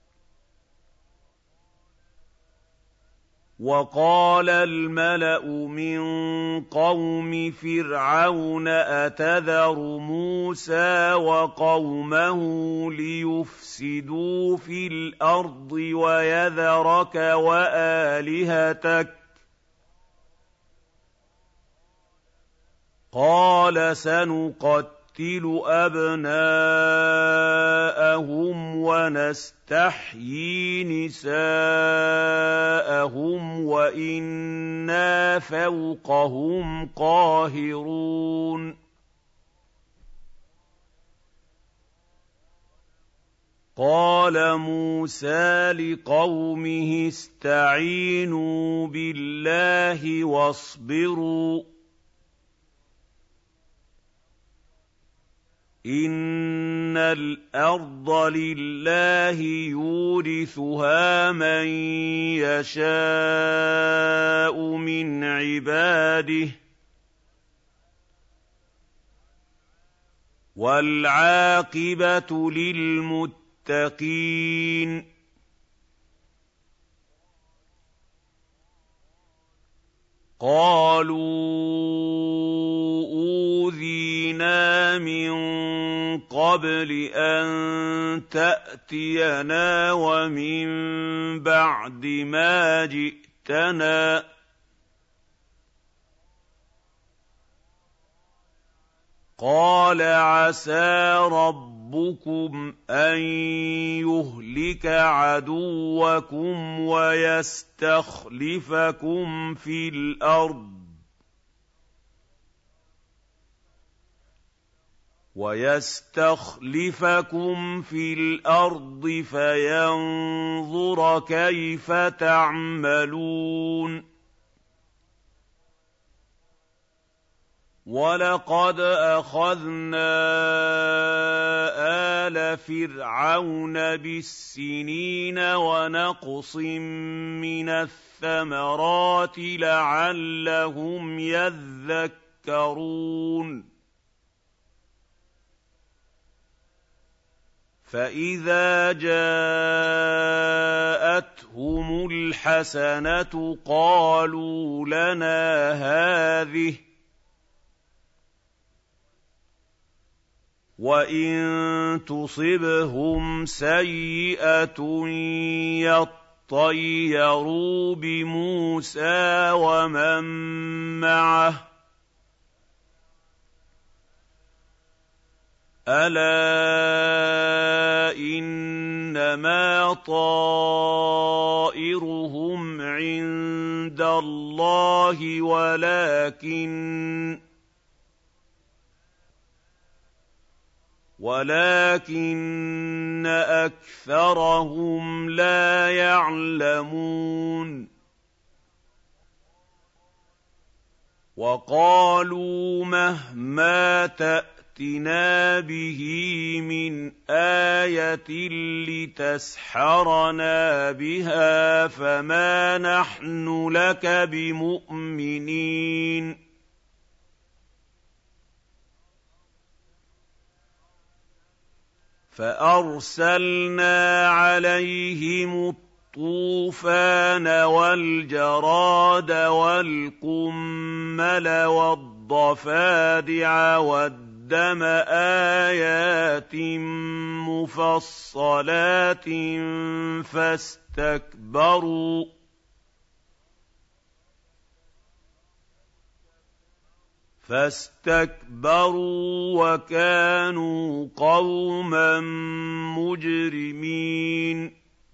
وَقَالَ الْمَلَأُ مِن قَوْمِ فِرْعَوْنَ أَتَذَرُ مُوسَىٰ وَقَوْمَهُ لِيُفْسِدُوا فِي الْأَرْضِ وَيَذَرَكَ وَآلِهَتَكَ ۚ قَالَ سَنُقَتِّلُ أَبْنَاءَهُمْ وَنَسْتَحْيِي نِسَاءَهُمْ وَإِنَّا فَوْقَهُمْ قَاهِرُونَ قَالَ مُوسَىٰ لِقَوْمِهِ اسْتَعِينُوا بِاللَّهِ وَاصْبِرُوا إِنَّ الْأَرْضَ لِلَّهِ يُورِثُهَا مَن يَشَاءُ مِنْ عِبَادِهِ ۖ وَالْعَاقِبَةُ لِلْمُتَّقِينَ قَالُوا أُوذِينَا مِن قَبْلِ أَن تَأْتِيَنَا وَمِن بَعْدِ مَا جِئْتَنَا ۚ قَالَ عَسَىٰ رَبُّكُمْ أَن يُهْلِكَ عَدُوَّكُمْ وَيَسْتَخْلِفَكُمْ فِي الْأَرْضِ وَيَسْتَخْلِفَكُمْ فِي الْأَرْضِ فَيَنظُرَ كَيْفَ تَعْمَلُونَ وَلَقَدْ أَخَذْنَا آلَ فِرْعَوْنَ بِالسِّنِينَ وَنَقْصٍ مِّنَ الثَّمَرَاتِ لَعَلَّهُمْ يَذَّكَّرُونَ فَإِذَا جَاءَتْهُمُ الْحَسَنَةُ قَالُوا لَنَا هَٰذِهِ ۖ وَإِن تُصِبْهُمْ سَيِّئَةٌ يَطَّيَّرُوا بِمُوسَىٰ وَمَن مَّعَهُ ۗ أَلَا إِنَّمَا طَائِرُهُمْ عِندَ اللَّهِ وَلَٰكِنَّ وَلَٰكِنَّ أَكْثَرَهُمْ لَا يَعْلَمُونَ وَقَالُوا مَهْمَا تَأْتِنَا بِهِ مِنْ آيَةٍ لِّتَسْحَرَنَا بِهَا فَمَا نَحْنُ لَكَ بِمُؤْمِنِينَ فَأَرْسَلْنَا عَلَيْهِمُ الطُّوفَانَ وَالْجَرَادَ وَالْقُمَّلَ وَالضَّفَادِعَ وَالدَّمَ آيَاتٍ مُّفَصَّلَاتٍ فَاسْتَكْبَرُوا فَاسْتَكْبَرُوا وَكَانُوا قَوْمًا مُّجْرِمِينَ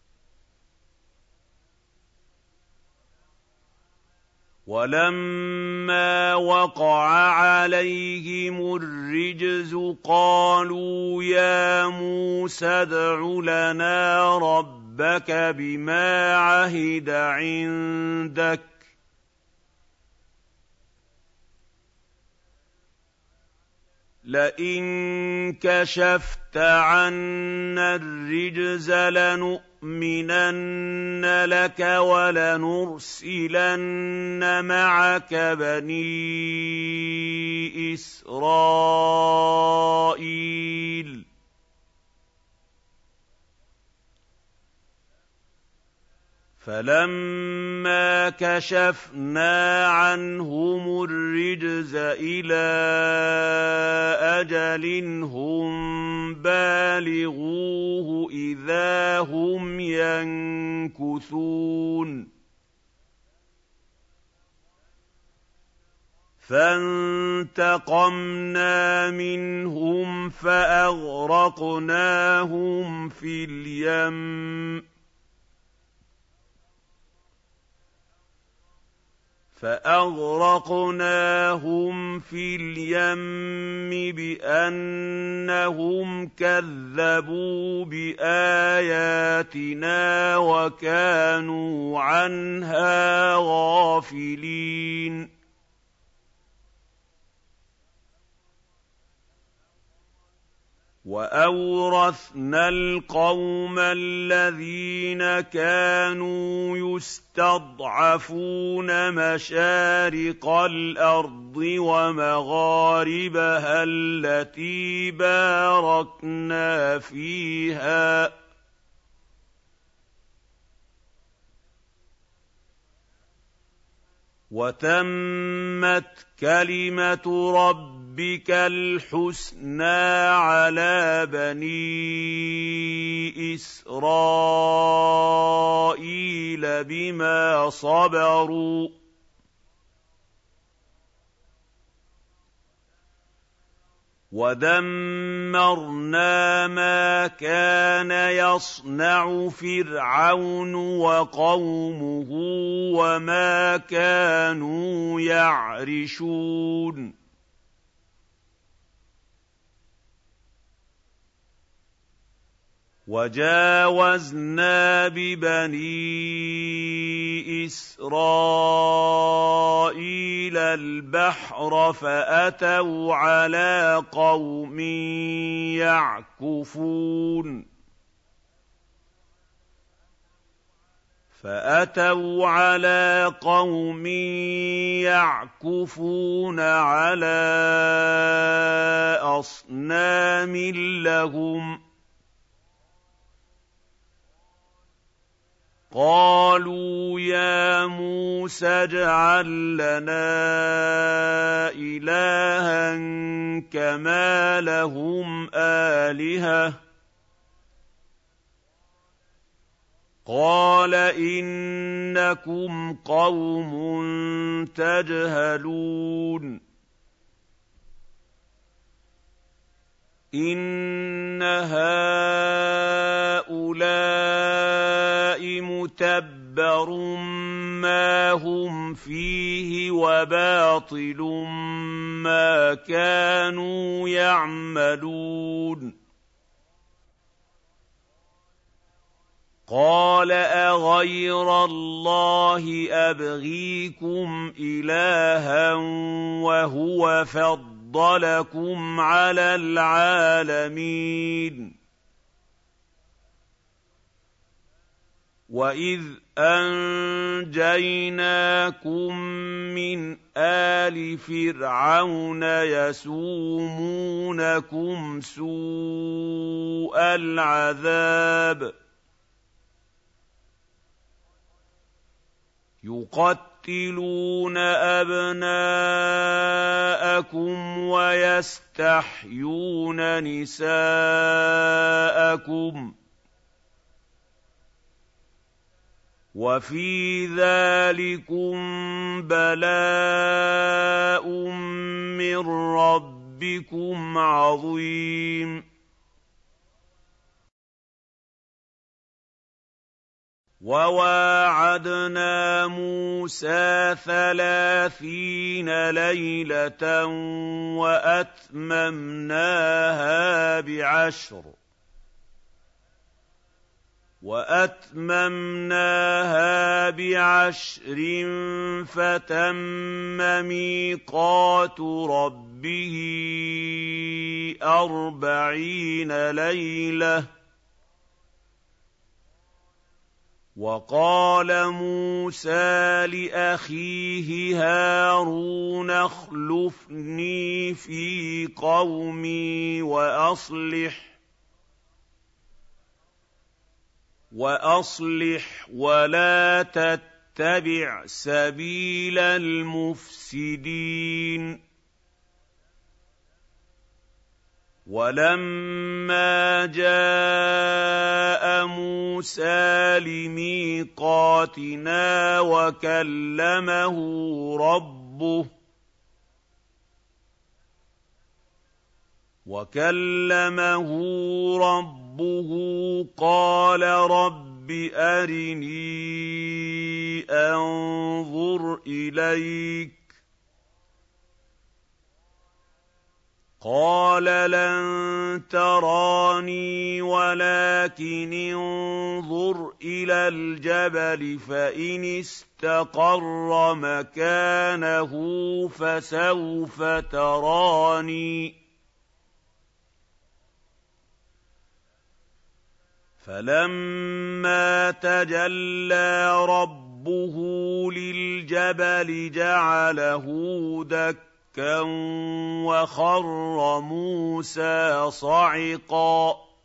وَلَمَّا وَقَعَ عَلَيْهِمُ الرِّجْزُ قَالُوا يَا مُوسَى ادْعُ لَنَا رَبَّكَ بِمَا عَهِدَ عِندَكَ لَئِن كَشَفْتَ عَنَّا الرِّجْزَ لَنُؤْمِنَنَّ لَكَ وَلَنُرْسِلَنَّ مَعَكَ بَنِي إِسْرَائِيلَ فَلَمَّا كَشَفْنَا عَنْهُمُ الرِّجْزَ إِلَىٰ أَجَلٍ هُم بَالِغُوهُ إِذَا هُمْ يَنكُثُونَ فَانتَقَمْنَا مِنْهُمْ فَأَغْرَقْنَاهُمْ فِي الْيَمِّ فَأَغْرَقْنَاهُمْ فِي الْيَمِّ بِأَنَّهُمْ كَذَّبُوا بِآيَاتِنَا وَكَانُوا عَنْهَا غَافِلِينَ وَأَوْرَثْنَا الْقَوْمَ الَّذِينَ كَانُوا يُسْتَضْعَفُونَ مَشَارِقَ الْأَرْضِ وَمَغَارِبَهَا الَّتِي بَارَكْنَا فِيهَا ۖ وَتَمَّتْ كَلِمَةُ رَبِّكَ الْحُسْنَىٰ عَلَىٰ بَنِي إِسْرَائِيلَ بِمَا صَبَرُوا ۖ وَدَمَّرْنَا مَا كَانَ يَصْنَعُ فِرْعَوْنُ وَقَوْمُهُ وَمَا كَانُوا يَعْرِشُونَ وَجَاوَزْنَا بِبَنِي إِسْرَائِيلَ الْبَحْرَ فَأَتَوْا عَلَىٰ قَوْمٍ يَعْكُفُونَ فَأَتَوْا عَلَىٰ قَوْمٍ يَعْكُفُونَ عَلَىٰ أَصْنَامٍ لَّهُمْ ۚ قَالُوا يَا مُوسَى اجْعَل لَّنَا إِلَٰهًا كَمَا لَهُمْ آلِهَةٌ ۚ قَالَ إِنَّكُمْ قَوْمٌ تَجْهَلُونَ إِنَّ هَٰؤُلَاءِ مُتَبَّرٌ مَّا هُمْ فِيهِ وَبَاطِلٌ مَّا كَانُوا يَعْمَلُونَ قَالَ أَغَيْرَ اللَّهِ أَبْغِيكُمْ إِلَٰهًا وَهُوَ فَضَّلَكُمْ عَلَى الْعَالَمِينَ وَإِذْ أَنجَيْنَاكُم مِّنْ آلِ فِرْعَوْنَ يَسُومُونَكُمْ سُوءَ الْعَذَابِ يُقَتِّلُونَ أَبْنَاءَكُمْ وَيَسْتَحْيُونَ نِسَاءَكُمْ ۚ وَفِي ذَٰلِكُم بَلَاءٌ مِّن رَّبِّكُمْ عَظِيمٌ وَوَاعَدْنَا مُوسَىٰ ثَلَاثِينَ لَيْلَةً وَأَتْمَمْنَاهَا بِعَشْرٍ وَأَتْمَمْنَاهَا بِعَشْرٍ فَتَمَّ مِيقَاتُ رَبِّهِ أَرْبَعِينَ لَيْلَةً ۚ وَقَالَ مُوسَىٰ لِأَخِيهِ هَارُونَ اخْلُفْنِي فِي قَوْمِي وَأَصْلِحْ وَأَصْلِحْ وَلَا تَتَّبِعْ سَبِيلَ الْمُفْسِدِينَ وَلَمَّا جَاءَ مُوسَىٰ لِمِيقَاتِنَا وَكَلَّمَهُ رَبُّهُ وَكَلَّمَهُ رَبُّهُ قَالَ رَبِّ أَرِنِي أَنظُرْ إِلَيْكَ ۚ قَالَ لَن تَرَانِي وَلَٰكِنِ انظُرْ إِلَى الْجَبَلِ فَإِنِ اسْتَقَرَّ مَكَانَهُ فَسَوْفَ تَرَانِي ۚ فَلَمَّا تَجَلَّىٰ رَبُّهُ لِلْجَبَلِ جَعَلَهُ دَكًّا وَخَرَّ مُوسَىٰ صَعِقًا ۚ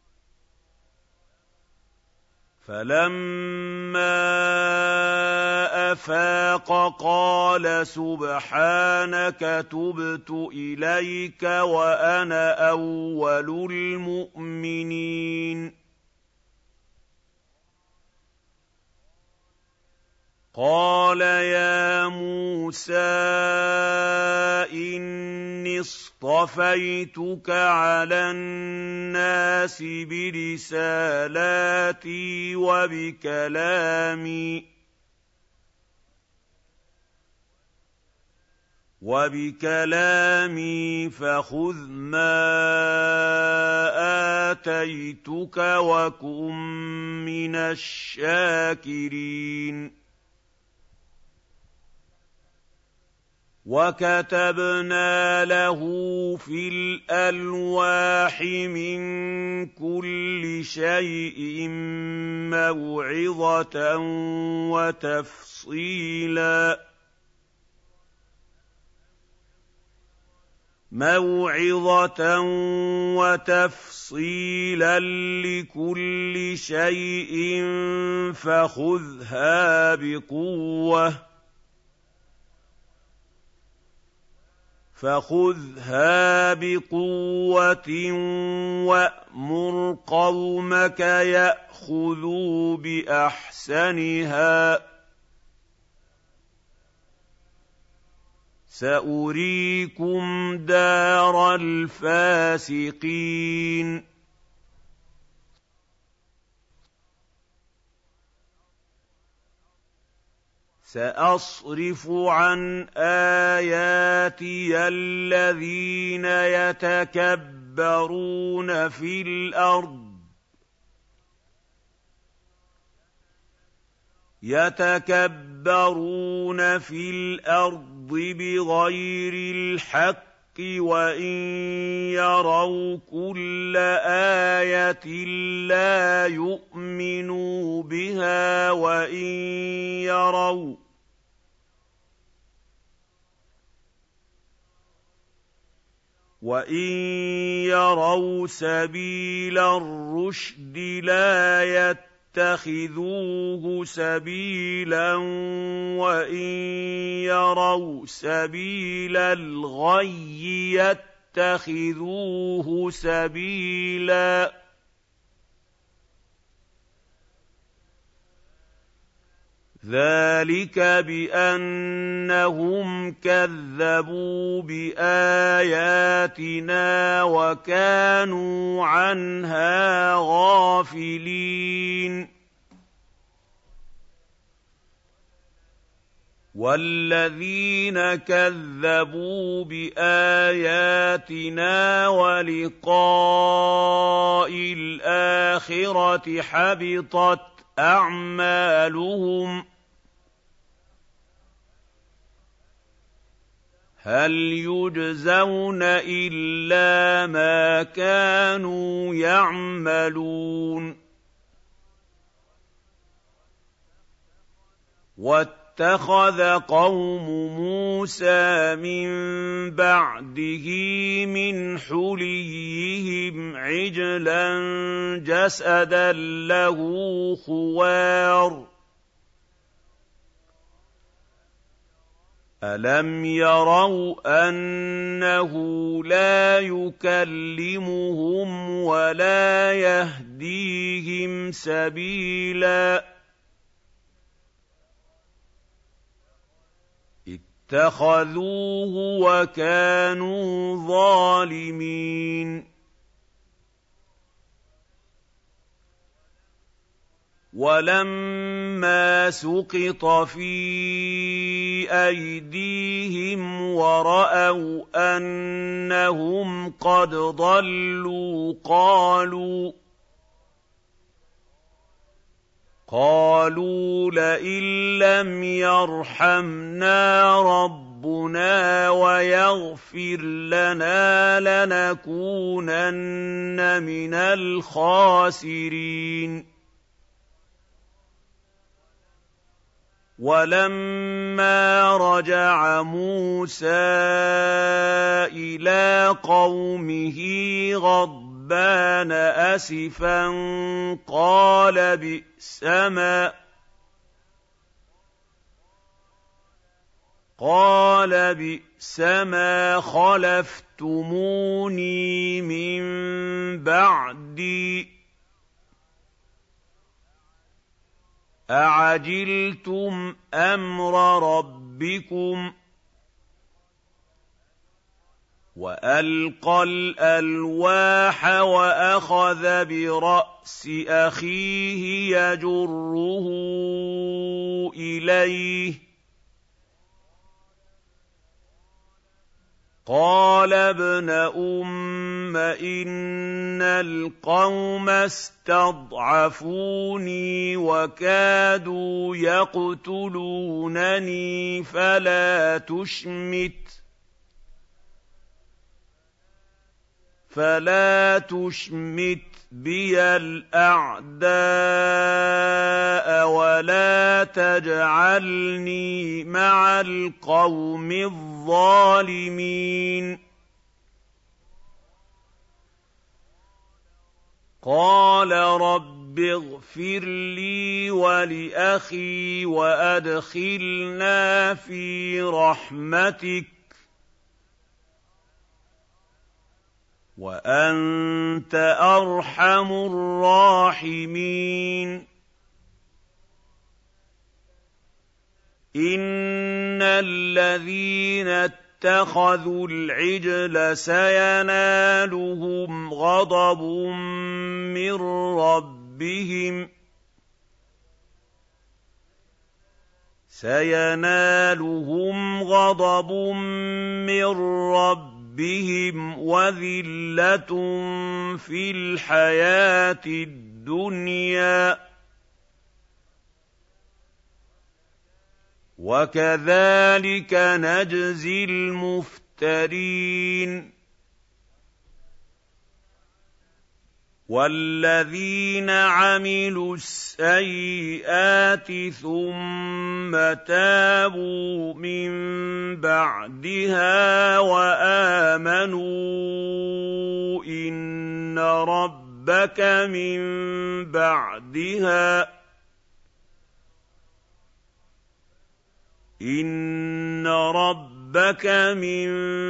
فَلَمَّا أَفَاقَ قَالَ سُبْحَانَكَ تُبْتُ إِلَيْكَ وَأَنَا أَوَّلُ الْمُؤْمِنِينَ قَالَ يَا مُوسَىٰ إِنِّي اصْطَفَيْتُكَ عَلَى النَّاسِ بِرِسَالَاتِي وَبِكَلَامِي وَبِكَلَامِي فَخُذْ مَا آتَيْتُكَ وَكُن مِّنَ الشَّاكِرِينَ وَكَتَبْنَا لَهُ فِي الْأَلْوَاحِ مِن كُلِّ شَيْءٍ مَّوْعِظَةً وَتَفْصِيلًا موعظة وتفصيلا لكل شيء فخذها بقوة فخذها بقوة وأمر قومك يأخذوا بأحسنها سأريكم دار الفاسقين سأصرف عن آياتي الذين يتكبرون في الأرض يتكبرون في الأرض بغير الحق وإن يروا كل آية لا يؤمنوا بها وإن يروا وإن يروا سبيل الرشد لا يتبعون اتخذوه سبيلا وإن يروا سبيل الغي يتخذوه سبيلا ذلك بأنهم كذبوا بآياتنا وكانوا عنها غافلين والذين كذبوا بآياتنا ولقاء الآخرة حبطت أعمالهم هل يجزون إلا ما كانوا يعملون واتخذ قوم موسى من بعده من حليهم عجلا جسدا له خوار أَلَمْ يَرَوْا أَنَّهُ لَا يُكَلِّمُهُمْ وَلَا يَهْدِيهِمْ سَبِيلًا اتَّخَذُوهُ وَكَانُوا ظَالِمِينَ وَلَمَّا سُقِطَ فِي أَيْدِيهِمْ وَرَأَوْا أَنَّهُمْ قَدْ ضَلُّوا قَالُوا قَالُوا لَئِن لَّمْ يَرْحَمْنَا رَبُّنَا وَيَغْفِرْ لَنَا لَنَكُونَنَّ مِنَ الْخَاسِرِينَ وَلَمَّا رَجَعَ مُوسَىٰ إِلَىٰ قَوْمِهِ غَضْبَانَ أَسِفًا قَالَ بِئْسَمَا قَالَ بِئْسَمَا خَلَفْتُمُونِي مِن بَعْدِي أَعَجِلْتُمْ أَمْرَ رَبِّكُمْ وَأَلْقَى الْأَلْوَاحَ وَأَخَذَ بِرَأْسِ أَخِيهِ يَجُرُّهُ إِلَيْهِ قَالَ ابْنَ أُمَّ إِنَّ الْقَوْمَ اسْتَضْعَفُونِي وَكَادُوا يَقْتُلُونَنِي فَلَا تُشْمِتْ فَلَا تُشْمِتْ بِيَ الْأَعْدَاءَ وَلَا تَجْعَلْنِي مَعَ الْقَوْمِ الظَّالِمِينَ قَالَ رَبِّ اغْفِرْ لِي وَلِأَخِي وَأَدْخِلْنَا فِي رَحْمَتِكَ وَأَنتَ أَرْحَمُ الرَّاحِمِينَ إِنَّ الَّذِينَ اتَّخَذُوا الْعِجْلَ سَيَنَالُهُمْ غَضَبٌ مِّن رَّبِّهِمْ سَيَنَالُهُمْ غَضَبٌ مِّن رَّبِّهِمْ بهم وذلة في الحياة الدنيا وكذلك نجزي المفترين والذين عملوا السيئات ثم تابوا من بعدها وآمنوا إن ربك من بعدها إن ربك من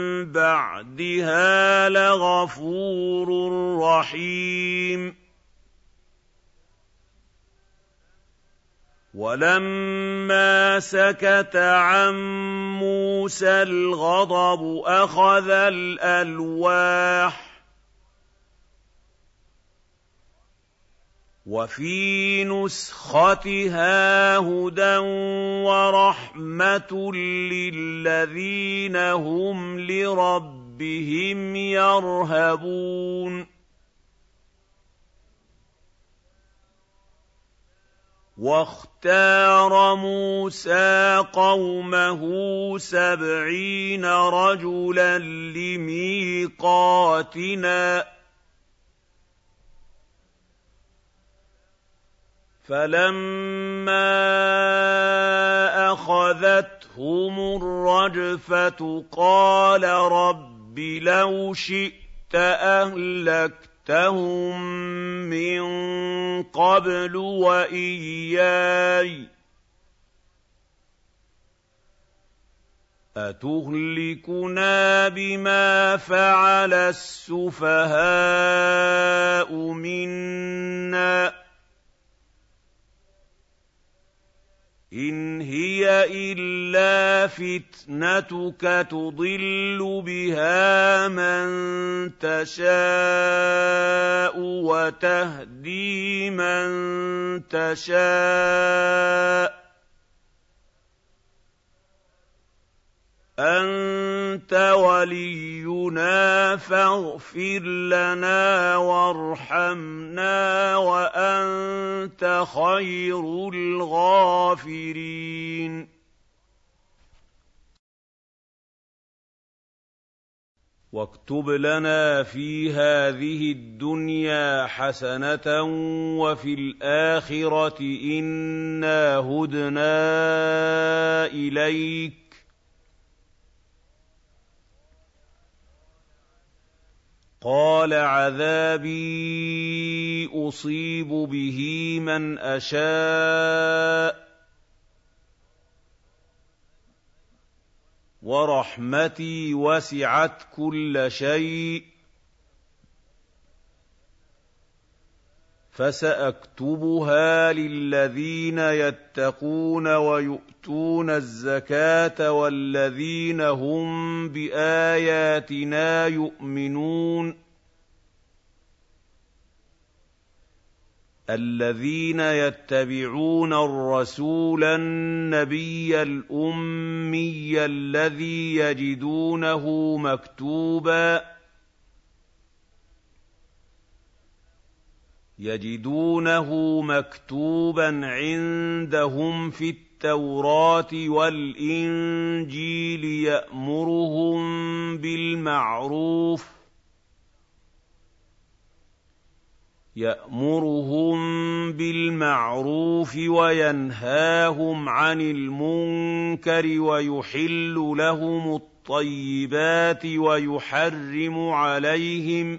بعدها لغفور رحيم ولما سكت عن موسى الغضب أخذ الألواح وفي نسختها هدى ورحمة للذين هم لربهم يرهبون واختار موسى قومه سبعين رجلا لميقاتنا فلما أخذتهم الرجفة قال رب لو شئت أهلكتهم من قبل وإياي أتهلكنا بما فعل السفهاء منا إن هي إلا فتنتك تضل بها من تشاء وتهدي من تشاء أنت ولينا فاغفر لنا وارحمنا وأنت خير الغافرين واكتب لنا في هذه الدنيا حسنة وفي الآخرة إنا هدنا إليك قال عذابي أصيب به من أشاء ورحمتي وسعت كل شيء فسأكتبها للذين يتقون ويؤتون الزكاة والذين هم بآياتنا يؤمنون الذين يتبعون الرسول النبي الأمي الذي يجدونه مكتوبا يجدونه مكتوبا عندهم في التوراة والإنجيل يأمرهم بالمعروف يأمرهم بالمعروف وينهاهم عن المنكر ويحل لهم الطيبات ويحرم عليهم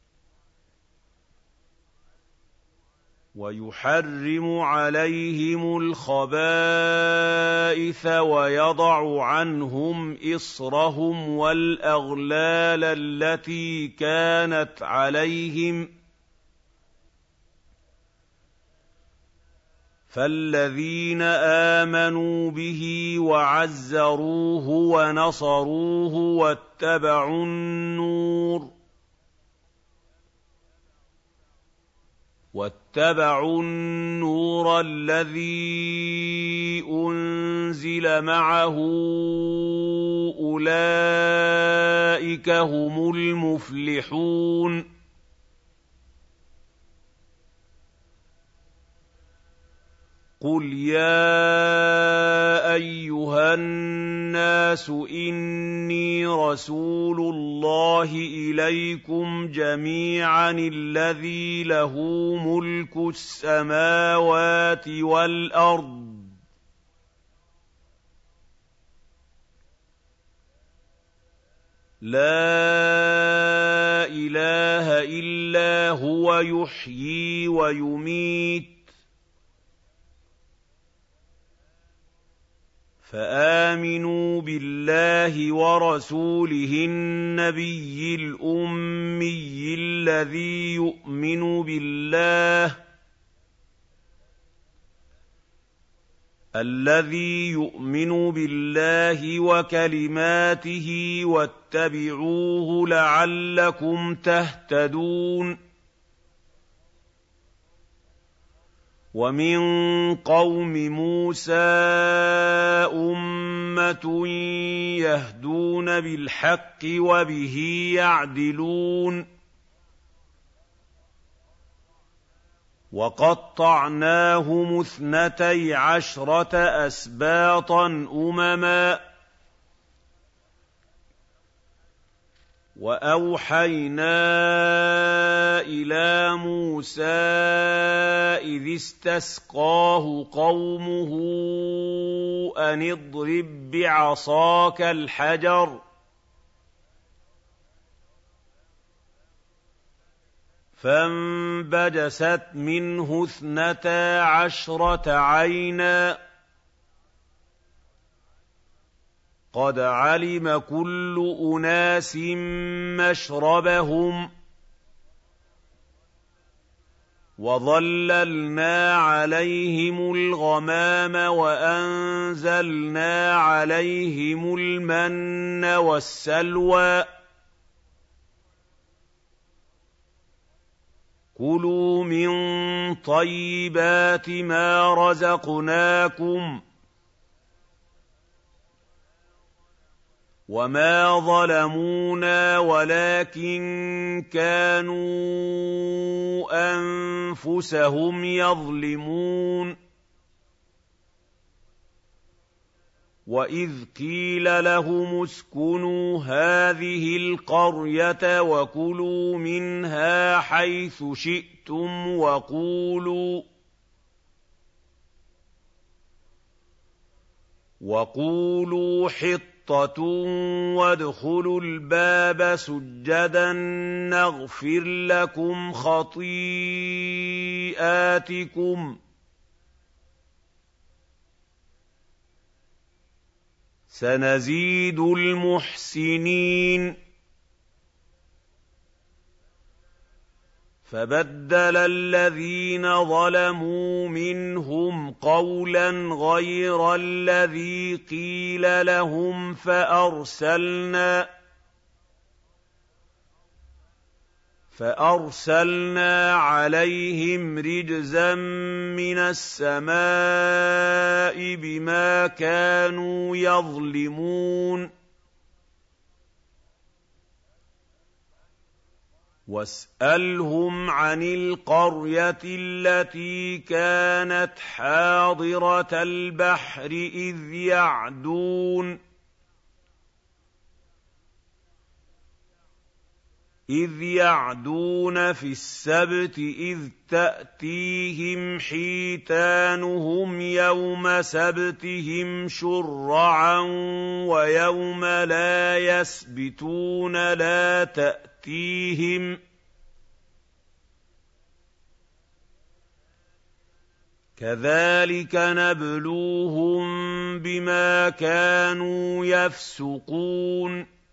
ويحرم عليهم الخبائث ويضع عنهم إصرهم والأغلال التي كانت عليهم فالذين آمنوا به وعزروه ونصروه واتبعوا النور واتبعوا النور الذي أنزل معه أولئك هم المفلحون قل يا أيها الناس إني رسول الله إليكم جميعا الذي له ملك السماوات والأرض لا إله إلا هو يحيي ويميت فآمنوا بالله ورسوله النبي الأمي الذي يؤمن بالله الذي يؤمن بالله وكلماته واتبعوه لعلكم تهتدون ومن قوم موسى أمة يهدون بالحق وبه يعدلون وقطعناهم اثنتي عشرة أسباطا أمما وأوحينا إلى موسى إذ استسقاه قومه أن اضرب بعصاك الحجر فانبجست منه اثنتا عشرة عينا قد علم كل أناس مشربهم وظللنا عليهم الغمام وأنزلنا عليهم المن والسلوى كلوا من طيبات ما رزقناكم وما ظلمونا ولكن كانوا أنفسهم يظلمون وإذ قيل لهم اسكنوا هذه القرية وكلوا منها حيث شئتم وقولوا وقولوا حطة وادخلوا الباب سجدا نغفر لكم خطيئاتكم سنزيد المحسنين فبدل الذين ظلموا منهم قولا غير الذي قيل لهم فأرسلنا فَأَرْسَلْنَا عَلَيْهِمْ رِجْزًا مِّنَ السَّمَاءِ بِمَا كَانُوا يَظْلِمُونَ وَاسْأَلْهُمْ عَنِ الْقَرْيَةِ الَّتِي كَانَتْ حَاضِرَةَ الْبَحْرِ إِذْ يَعْدُونَ إِذْ يَعْدُونَ فِي السَّبْتِ إِذْ تَأْتِيهِمْ حِيتَانُهُمْ يَوْمَ سَبْتِهِمْ شُرَّعًا وَيَوْمَ لَا يَسْبِتُونَ لَا تَأْتِيهِمْ ۚ كَذَٰلِكَ نَبْلُوهُم بِمَا كَانُوا يَفْسُقُونَ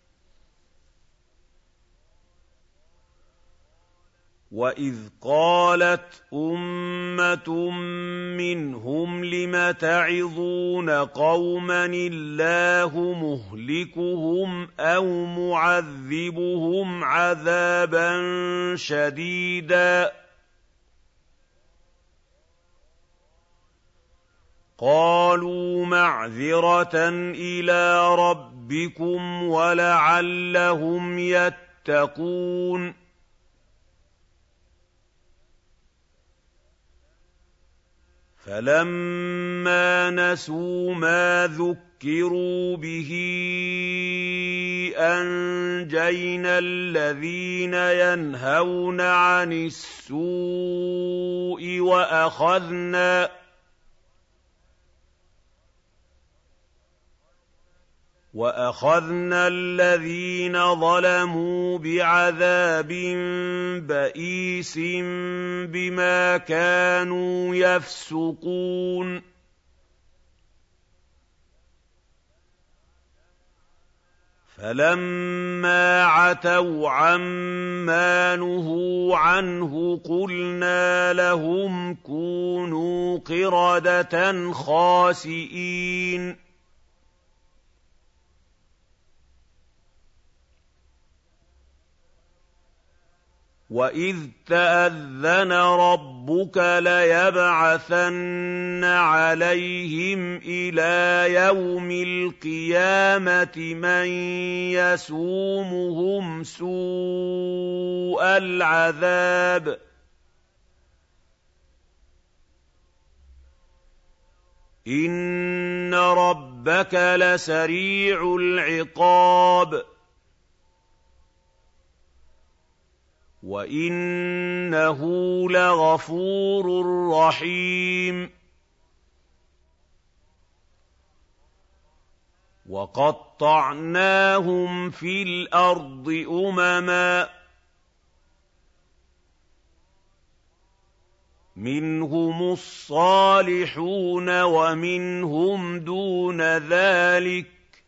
وَإِذْ قَالَتْ أُمَّةٌ مِّنْهُمْ لِمَ تَعِظُونَ قَوْمًا اللَّهُ مُهْلِكُهُمْ أَوْ مُعَذِّبُهُمْ عَذَابًا شَدِيدًا قَالُوا مَعْذِرَةً إِلَىٰ رَبِّكُمْ وَلَعَلَّهُمْ يَتَّقُونَ فَلَمَّا نَسُوا مَا ذُكِّرُوا بِهِ أَنجَيْنَا الَّذِينَ يَنْهَوْنَ عَنِ السُّوءِ وَأَخَذْنَا وَأَخَذْنَا الَّذِينَ ظَلَمُوا بِعَذَابٍ بَئِيسٍ بِمَا كَانُوا يَفْسُقُونَ فَلَمَّا عَتَوْا عَمَّا نُهُوا عَنْهُ قُلْنَا لَهُمْ كُونُوا قِرَدَةً خَاسِئِينَ وَإِذْ تَأَذَّنَ رَبُّكَ لَيَبْعَثَنَّ عَلَيْهِمْ إِلَىٰ يَوْمِ الْقِيَامَةِ مَن يَسُومُهُمْ سُوءَ الْعَذَابِ إِنَّ رَبَّكَ لَسَرِيعُ الْعِقَابِ وَإِنَّهُ لَغَفُورٌ رَّحِيمٌ وَقَطَّعْنَاهُمْ فِي الْأَرْضِ أُمَمًا مِّنْهُمُ الصَّالِحُونَ وَمِنْهُمْ دُونَ ذَٰلِكَ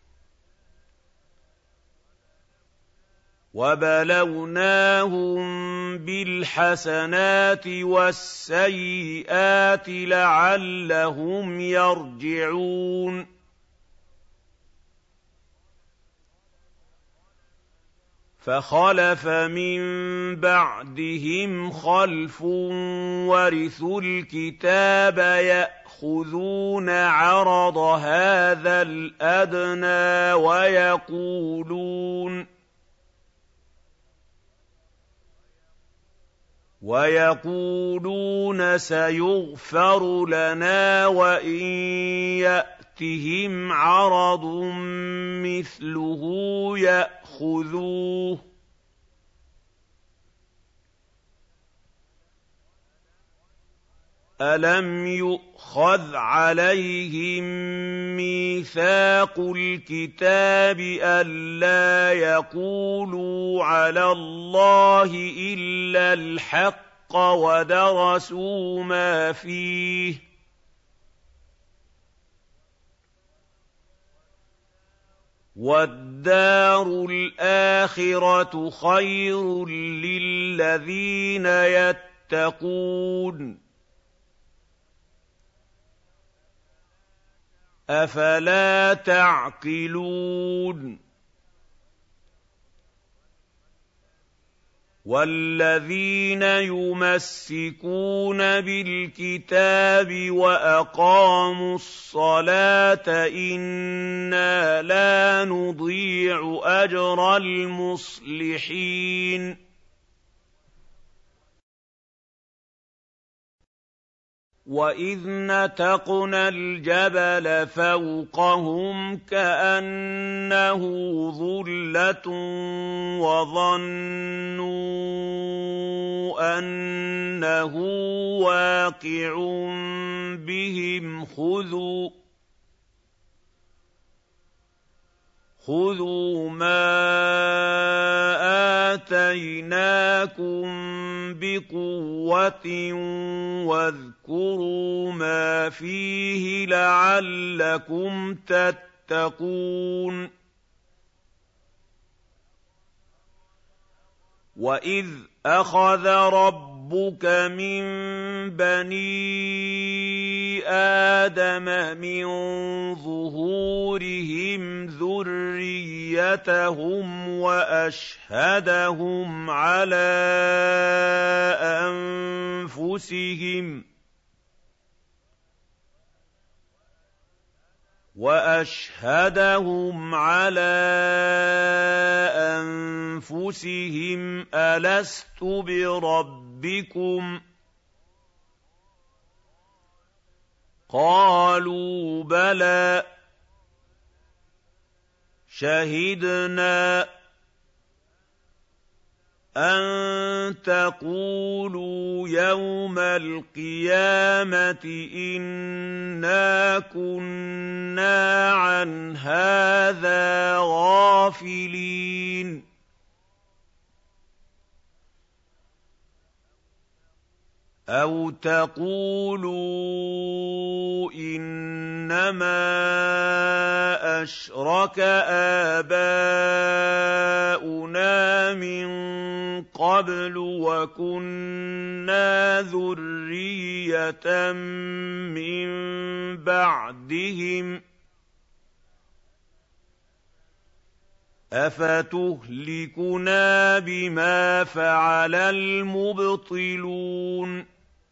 وَبَلَوْنَاهُم بِالْحَسَنَاتِ وَالسَّيِّئَاتِ لَعَلَّهُمْ يَرْجِعُونَ فَخَلَفَ مِن بَعْدِهِمْ خَلْفٌ وَرِثُوا الْكِتَابَ يَأْخُذُونَ عَرَضَ هَٰذَا الْأَدْنَىٰ وَيَقُولُونَ وَيَقُولُونَ سَيُغْفَرُ لَنَا وَإِن يَأْتِهِمْ عَرَضٌ مِّثْلُهُ يَأْخُذُوهُ ۚ أَلَمْ يُؤْخَذْ عَلَيْهِم مِّيثَاقُ الْكِتَابِ أَلَّا يَقُولُوا عَلَى اللَّهِ إِلَّا الْحَقَّ وَدَرَسُوا مَا فِيهِ ۗ وَالدَّارُ الْآخِرَةُ خَيْرٌ لِّلَّذِينَ يَتَّقُونَ أَفَلَا تَعْقِلُونَ وَالَّذِينَ يُمَسِّكُونَ بِالْكِتَابِ وَأَقَامُوا الصَّلَاةَ إِنَّا لَا نُضِيعُ أَجْرَ الْمُصْلِحِينَ وَإِذْ نَتَقْنَا الْجَبَلَ فَوْقَهُمْ كَأَنَّهُ ظُلَّةٌ وَظَنُّوا أَنَّهُ وَاقِعٌ بِهِمْ خُذُوا خُذُوا مَا آتَيْنَاكُم بِقُوَّةٍ وَاذْكُرُوا مَا فِيهِ لَعَلَّكُمْ تَتَّقُونَ وَإِذْ أَخَذَ رَبُّكَ مِن بَنِي آدَمَ مِن ظُهُورِهِمْ ذُرِّيَّتَهُمْ وَأَشْهَدَهُمْ عَلَىٰ أَنفُسِهِمْ وَأَشْهَدَهُمْ عَلَىٰ أَنفُسِهِمْ أَلَسْتُ بِرَبِّكُمْ ۖ قَالُوا بَلَىٰ شَهِدْنَا أَن تَقُولُوا يَوْمَ الْقِيَامَةِ إِنَّا كُنَّا عَنْ هَٰذَا غَافِلِينَ أَوْ تَقُولُوا إِنَّمَا أَشْرَكَ آبَاؤُنَا مِن قَبْلُ وَكُنَّا ذُرِّيَّةً مِّن بَعْدِهِمْ ۖ أَفَتُهْلِكُنَا بِمَا فَعَلَ الْمُبْطِلُونَ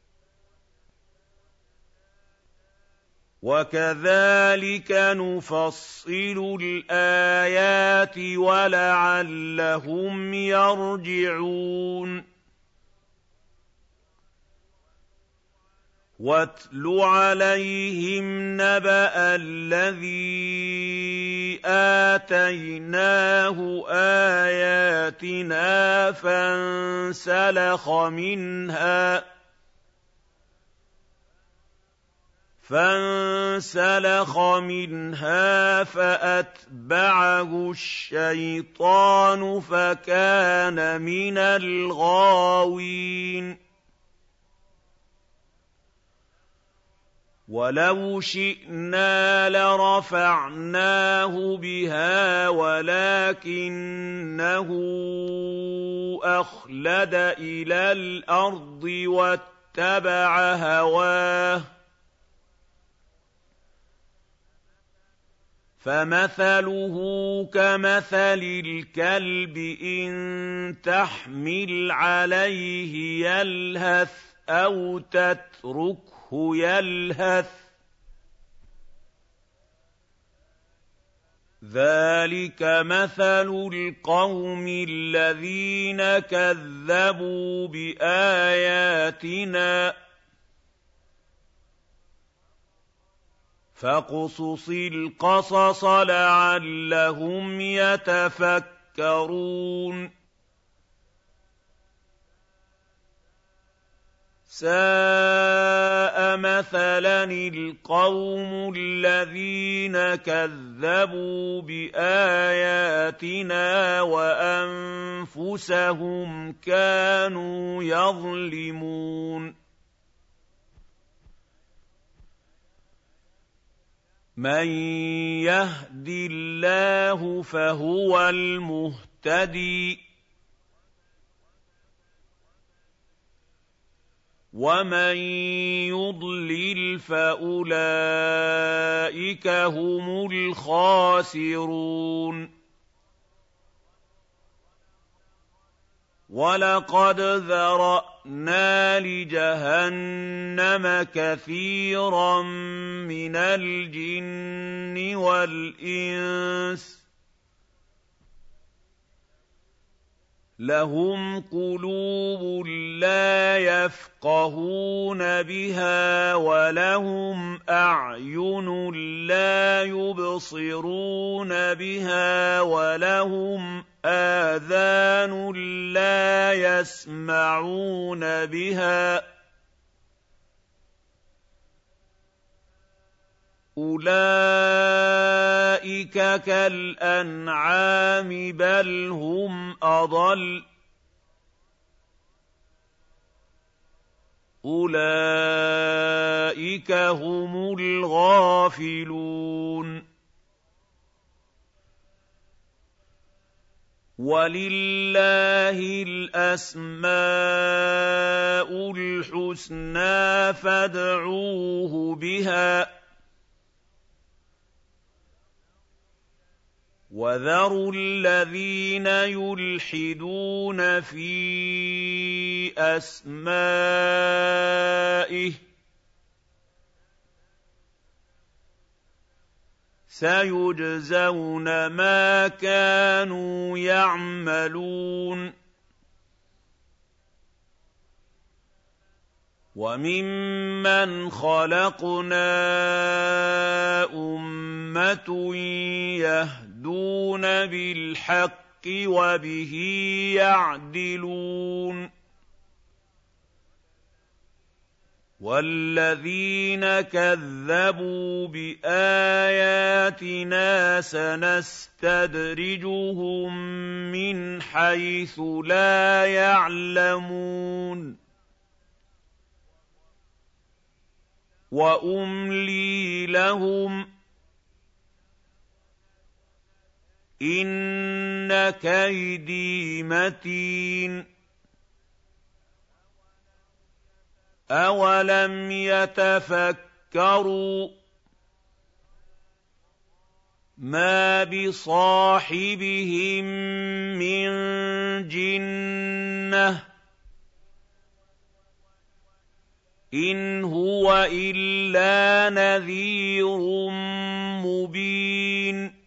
وَكَذَٰلِكَ نُفَصِّلُ الْآيَاتِ وَلَعَلَّهُمْ يَرْجِعُونَ وَاتْلُ عَلَيْهِمْ نَبَأَ الَّذِي آتَيْنَاهُ آيَاتِنَا فَانسَلَخَ مِنْهَا فانسلخ منها فأتبعه الشيطان فكان من الغاوين وَلَوْ شِئْنَا لَرَفَعْنَاهُ بِهَا وَلَٰكِنَّهُ أَخْلَدَ إِلَى الْأَرْضِ وَاتَّبَعَ هَوَاهُ فَمَثَلُهُ كَمَثَلِ الْكَلْبِ إِن تَحْمِلْ عَلَيْهِ يَلْهَثْ أَوْ تَتْرُكْهُ يَلْهَث ۚ ذَٰلِكَ مَثَلُ الْقَوْمِ الَّذِينَ كَذَّبُوا بِآيَاتِنَا ۚ فَاقْصُصِ الْقَصَصَ لَعَلَّهُمْ يَتَفَكَّرُونَ سَاءَ مَثَلًا الْقَوْمُ الَّذِينَ كَذَّبُوا بِآيَاتِنَا وَأَنفُسَهُمْ كَانُوا يَظْلِمُونَ مَن يَهْدِ اللَّهُ فَهُوَ الْمُهْتَدِي ۖ وَمَن يُضْلِلْ فَأُولَٰئِكَ هُمُ الْخَاسِرُونَ وَلَقَدْ ذَرَأْنَا لِجَهَنَّمَ كَثِيرًا مِّنَ الْجِنِّ وَالْإِنسِ لَهُمْ قُلُوبٌ لَّا يَفْقَهُونَ بِهَا وَلَهُمْ أَعْيُنٌ لَّا يُبْصِرُونَ بِهَا وَلَهُمْ آذَانٌ لَّا يَسْمَعُونَ بِهَا ۚ أُولَٰئِكَ كَالْأَنْعَامِ بَلْ هُمْ أَضَلُّ ۚ أُولَٰئِكَ هُمُ الْغَافِلُونَ وَلِلَّهِ الْأَسْمَاءُ الْحُسْنَىٰ فَادْعُوهُ بِهَا ۖ وَذَرُوا الَّذِينَ يُلْحِدُونَ فِي أَسْمَائِهِ ۚ سَيُجْزَوْنَ مَا كَانُوا يَعْمَلُونَ وَمِمَّنْ خَلَقْنَا أُمَّةٌ يَهْدُونَ بِالْحَقِّ وَبِهِ يَعْدِلُونَ وَالَّذِينَ كَذَّبُوا بِآيَاتِنَا سَنَسْتَدْرِجُهُم مِّنْ حَيْثُ لَا يَعْلَمُونَ وَأُمْلِي لَهُمْ ۚ إِنَّ كَيْدِي مَتِينٌ أَوَلَمْ يَتَفَكَّرُوا مَا بِصَاحِبِهِم مِّن جِنَّةٍ ۚ إِنْ هُوَ إِلَّا نَذِيرٌ مُّبِينٌ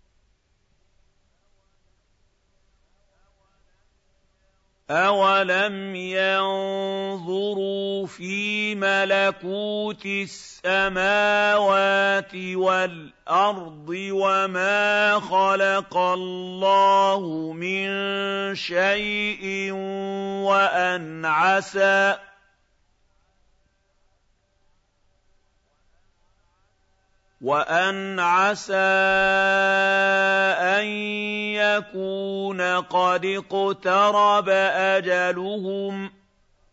أَوَلَمْ يَنظُرُوا فِي مَلَكُوتِ السَّمَاوَاتِ وَالْأَرْضِ وَمَا خَلَقَ اللَّهُ مِن شَيْءٍ وَأَنْ عَسَىٰ وَأَنْ عَسَىٰ أَن يَكُونَ قَدِ اقْتَرَبَ أَجَلُهُمْ ۖ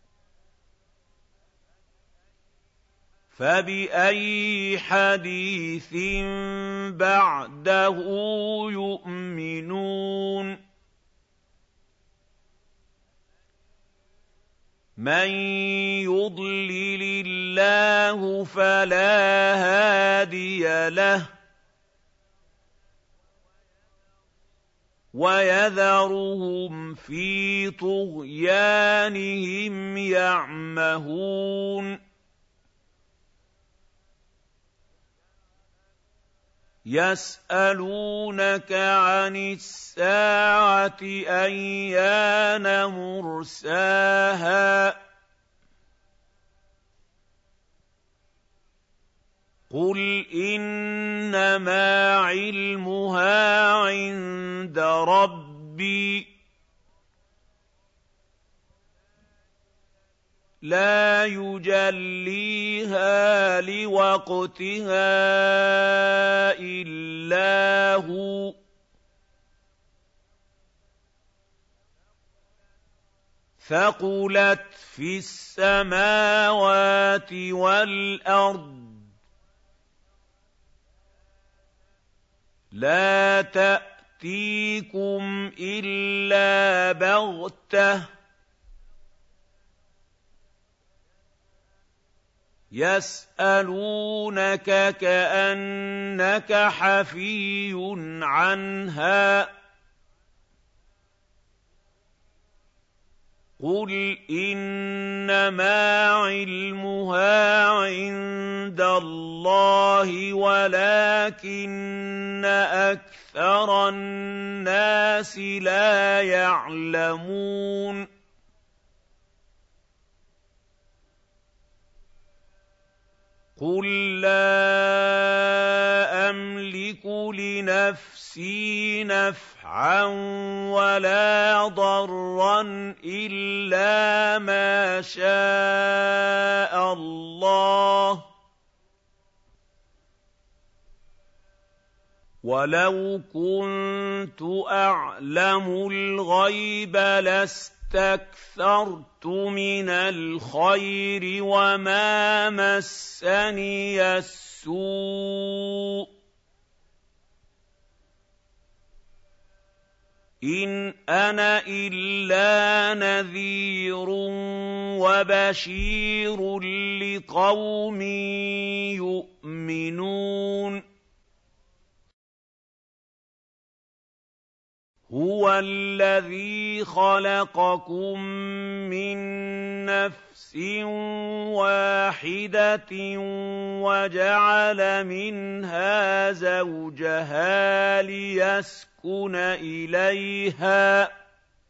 فَبِأَيِّ حَدِيثٍ بَعْدَهُ يُؤْمِنُونَ مَن يُضْلِلِ اللَّهُ فَلَا هَادِيَ لَهُ ۚ وَيَذَرُهُمْ فِي طُغْيَانِهِمْ يَعْمَهُونَ يَسْأَلُونَكَ عَنِ السَّاعَةِ أَيَّانَ مُرْسَاهَا ۖ قُلْ إِنَّمَا عِلْمُهَا عِندَ رَبِّي ۖ لَا يُجَلِّيهَا لِوَقْتِهَا إِلَّا هُوَ ۚ ثَقُلَتْ فِي السَّمَاوَاتِ وَالْأَرْضِ ۚ لَا تَأْتِيكُمْ إِلَّا بَغْتَةً ۗ يَسْأَلُونَكَ كَأَنَّكَ حَفِيٌّ عَنْهَا ۖ قُلْ إِنَّمَا عِلْمُهَا عِندَ اللَّهِ وَلَٰكِنَّ أَكْثَرَ النَّاسِ لَا يَعْلَمُونَ قُل لَّا أَمْلِكُ لِنَفْسِي نَفْعًا وَلَا ضَرًّا إِلَّا مَا شَاءَ اللَّهُ ۗ وَلَوْ كُنتُ أَعْلَمُ الْغَيْبَ لَاسْتَكْثَرْتُ مِنَ الْخَيْرِ وَمَا مَسَّنِيَ السُّوءُ ۚ إِنْ أَنَا إِلَّا نَذِيرٌ وَبَشِيرٌ لِّقَوْمٍ يُؤْمِنُونَ هُوَ الَّذِي خَلَقَكُم مِّن نَّفْسٍ وَاحِدَةٍ وَجَعَلَ مِنْهَا زَوْجَهَا لِيَسْكُنَ إِلَيْهَا ۖ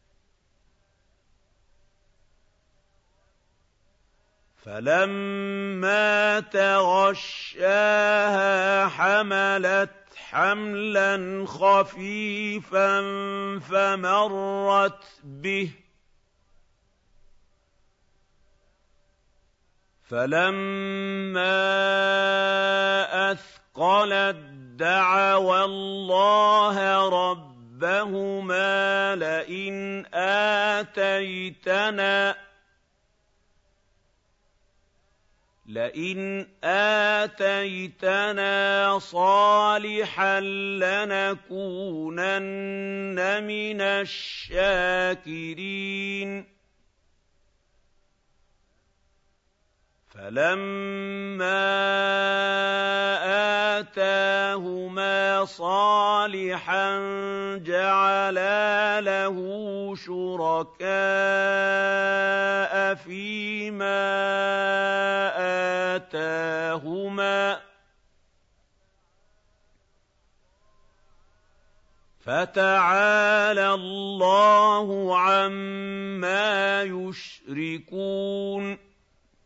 فَلَمَّا تَغَشَّاهَا حَمَلَتْ حَمْلًا خَفِيفًا فَمَرَّتْ بِهِ ۖ فَلَمَّا أَثْقَلَت دَّعَوَا اللَّهَ رَبَّهُمَا لَئِنْ آتَيْتَنَا لئن آتيتنا صالحا لنكونن من الشاكرين فلما آتاهما صالحا جعلا له شركاء فيما آتاهما فتعالى الله عما يشركون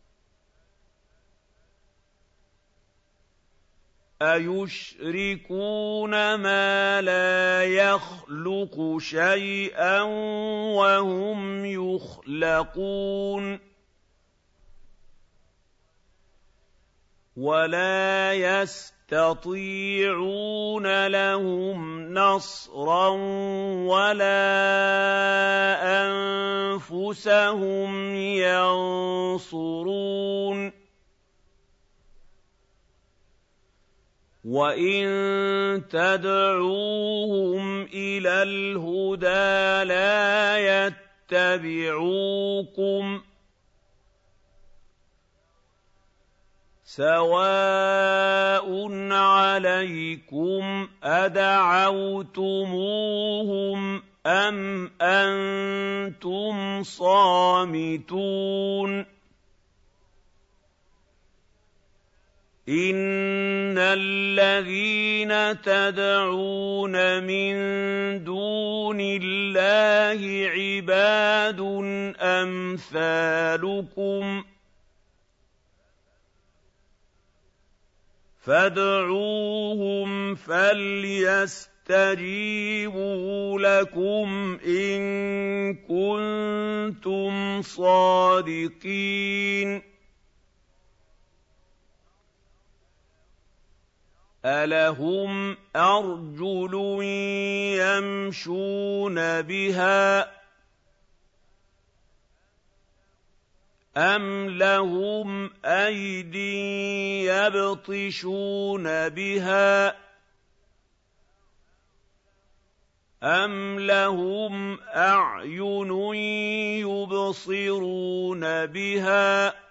أَيُشْرِكُونَ مَا لَا يَخْلُقُ شَيْئًا وَهُمْ يُخْلَقُونَ وَلَا يَسْتَطِيعُونَ لَهُمْ نَصْرًا وَلَا أَنفُسَهُمْ يَنصُرُونَ وَإِن تَدْعُوهُمْ إِلَى الْهُدَىٰ لَا يَتَّبِعُوكُمْ ۚ سَوَاءٌ عَلَيْكُمْ أَدَعَوْتُمُوهُمْ أَمْ أَنتُمْ صَامِتُونَ إِنَّ الَّذِينَ تَدْعُونَ مِن دُونِ اللَّهِ عِبَادٌ أَمْثَالُكُمْ ۖ فادعوهم فليستجيبوا لكم إن كنتم صادقين أَلَهُمْ أَرْجُلٌ يَمْشُونَ بِهَا ۖ أَمْ لَهُمْ أَيْدٍ يَبْطِشُونَ بِهَا ۖ أَمْ لَهُمْ أَعْيُنٌ يُبْصِرُونَ بِهَا ۖ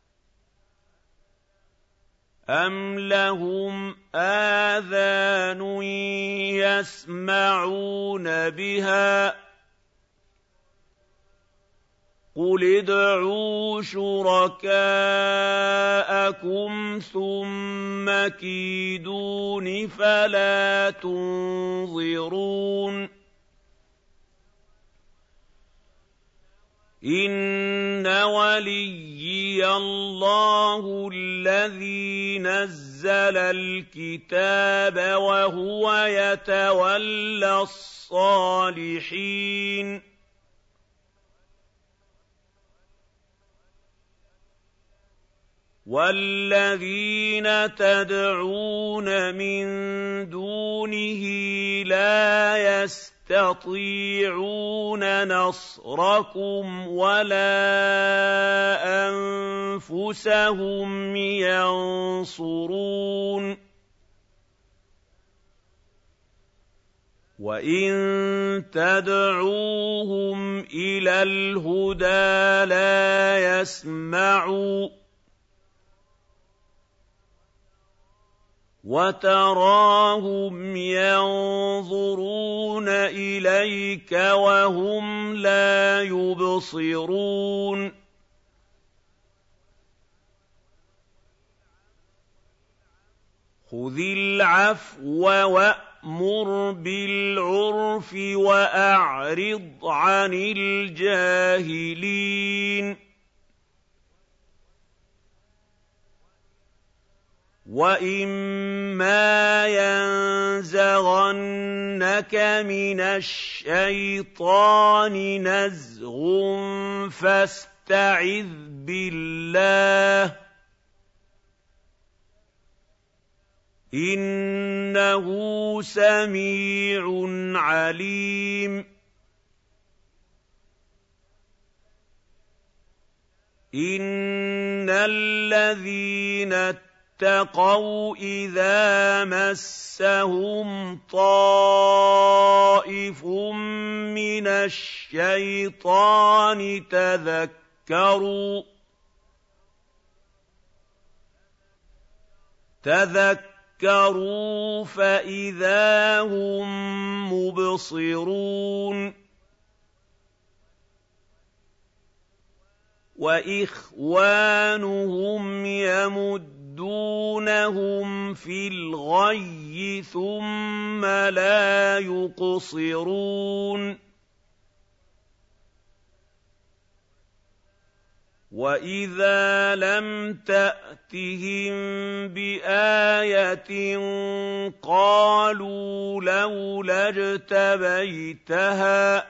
أَمْ لَهُمْ آذَانٌ يَسْمَعُونَ بِهَا ۖ قُلِ ادْعُوا شُرَكَاءَكُمْ ثُمَّ كِيدُونِ فَلَا تُنظِرُونِ إِنَّ وَلِيِّيَ اللَّهُ الَّذِي نَزَّلَ الْكِتَابَ وَهُوَ يَتَوَلَّى الصَّالِحِينَ وَالَّذِينَ تَدْعُونَ مِن دُونِهِ لَا يَسْتَطِيعُونَ نَصْرَكُمْ وَلَا أَنفُسَهُمْ يَنصُرُونَ وَإِن تَدْعُوهُمْ إِلَى الْهُدَىٰ لَا يَسْمَعُوا وَتَرَاهُمْ يَنظُرُونَ إِلَيْكَ وَهُمْ لَا يُبْصِرُونَ خُذِ الْعَفْوَ وَأْمُرْ بِالْعُرْفِ وَأَعْرِضْ عَنِ الْجَاهِلِينَ وَإِمَّا يَنزَغَنَّكَ مِنَ الشَّيْطَانِ نَزْغٌ فَاسْتَعِذْ بِاللَّهِ ۖ إِنَّهُ سَمِيعٌ عَلِيمٌ إِنَّ الَّذِينَ اتَّقَوْا إِذَا مَسَّهُمْ طَائِفٌ مِّنَ الشَّيْطَانِ تَذَكَّرُوا تَذَكَّرُوا فَإِذَا هُم مُّبْصِرُونَ وَإِخْوَانُهُمْ يَمُدُّونَهُمْ فِي الْغَيِّ ثُمَّ لَا يُقْصِرُونَ وَإِذَا لَمْ تَأْتِهِم بِآيَةٍ قَالُوا لَوْلَا اجْتَبَيْتَهَا ۚ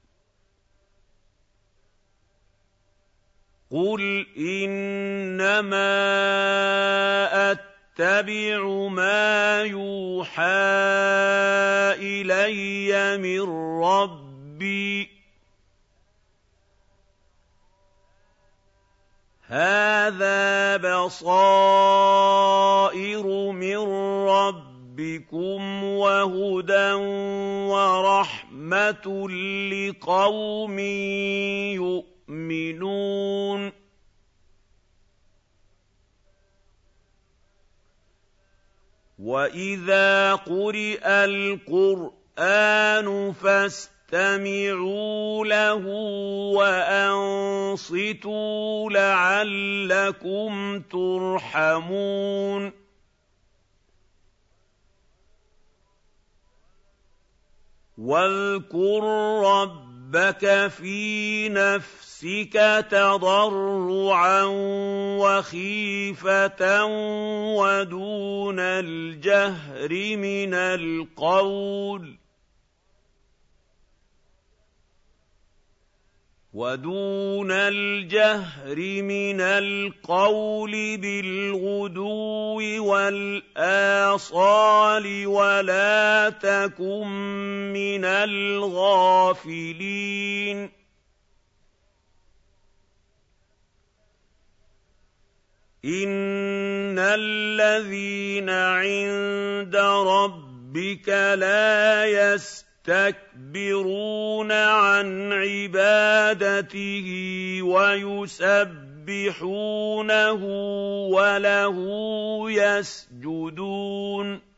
قُلْ إِنَّمَا أَتَّبِعُ مَا يُوحَىٰ إِلَيَّ مِن رَّبِّي ۚ هَٰذَا بَصَائِرُ مِن رَّبِّكُمْ وَهُدًى وَرَحْمَةٌ لِّقَوْمٍ يُؤْمِنُونَ وَإِذَا قُرِئَ الْقُرْآنُ فَاسْتَمِعُوا لَهُ وَأَنصِتُوا لَعَلَّكُمْ تُرْحَمُونَ وَاذْكُر رَّبَّكَ فِي نَفْسِكَ تَضَرُّعًا وَخِيفَةً وَدُونَ الْجَهْرِ مِنَ الْقَوْلِ وَدُونَ الْجَهْرِ مِنَ الْقَوْلِ بِالْغُدُوِّ وَالْآصَالِ وَلَا تَكُن مِّنَ الْغَافِلِينَ إِنَّ الَّذِينَ عِندَ رَبِّكَ لَا يَسْتَكْبِرُونَ عَنْ عِبَادَتِهِ وَيُسَبِّحُونَهُ وَلَهُ يَسْجُدُونَ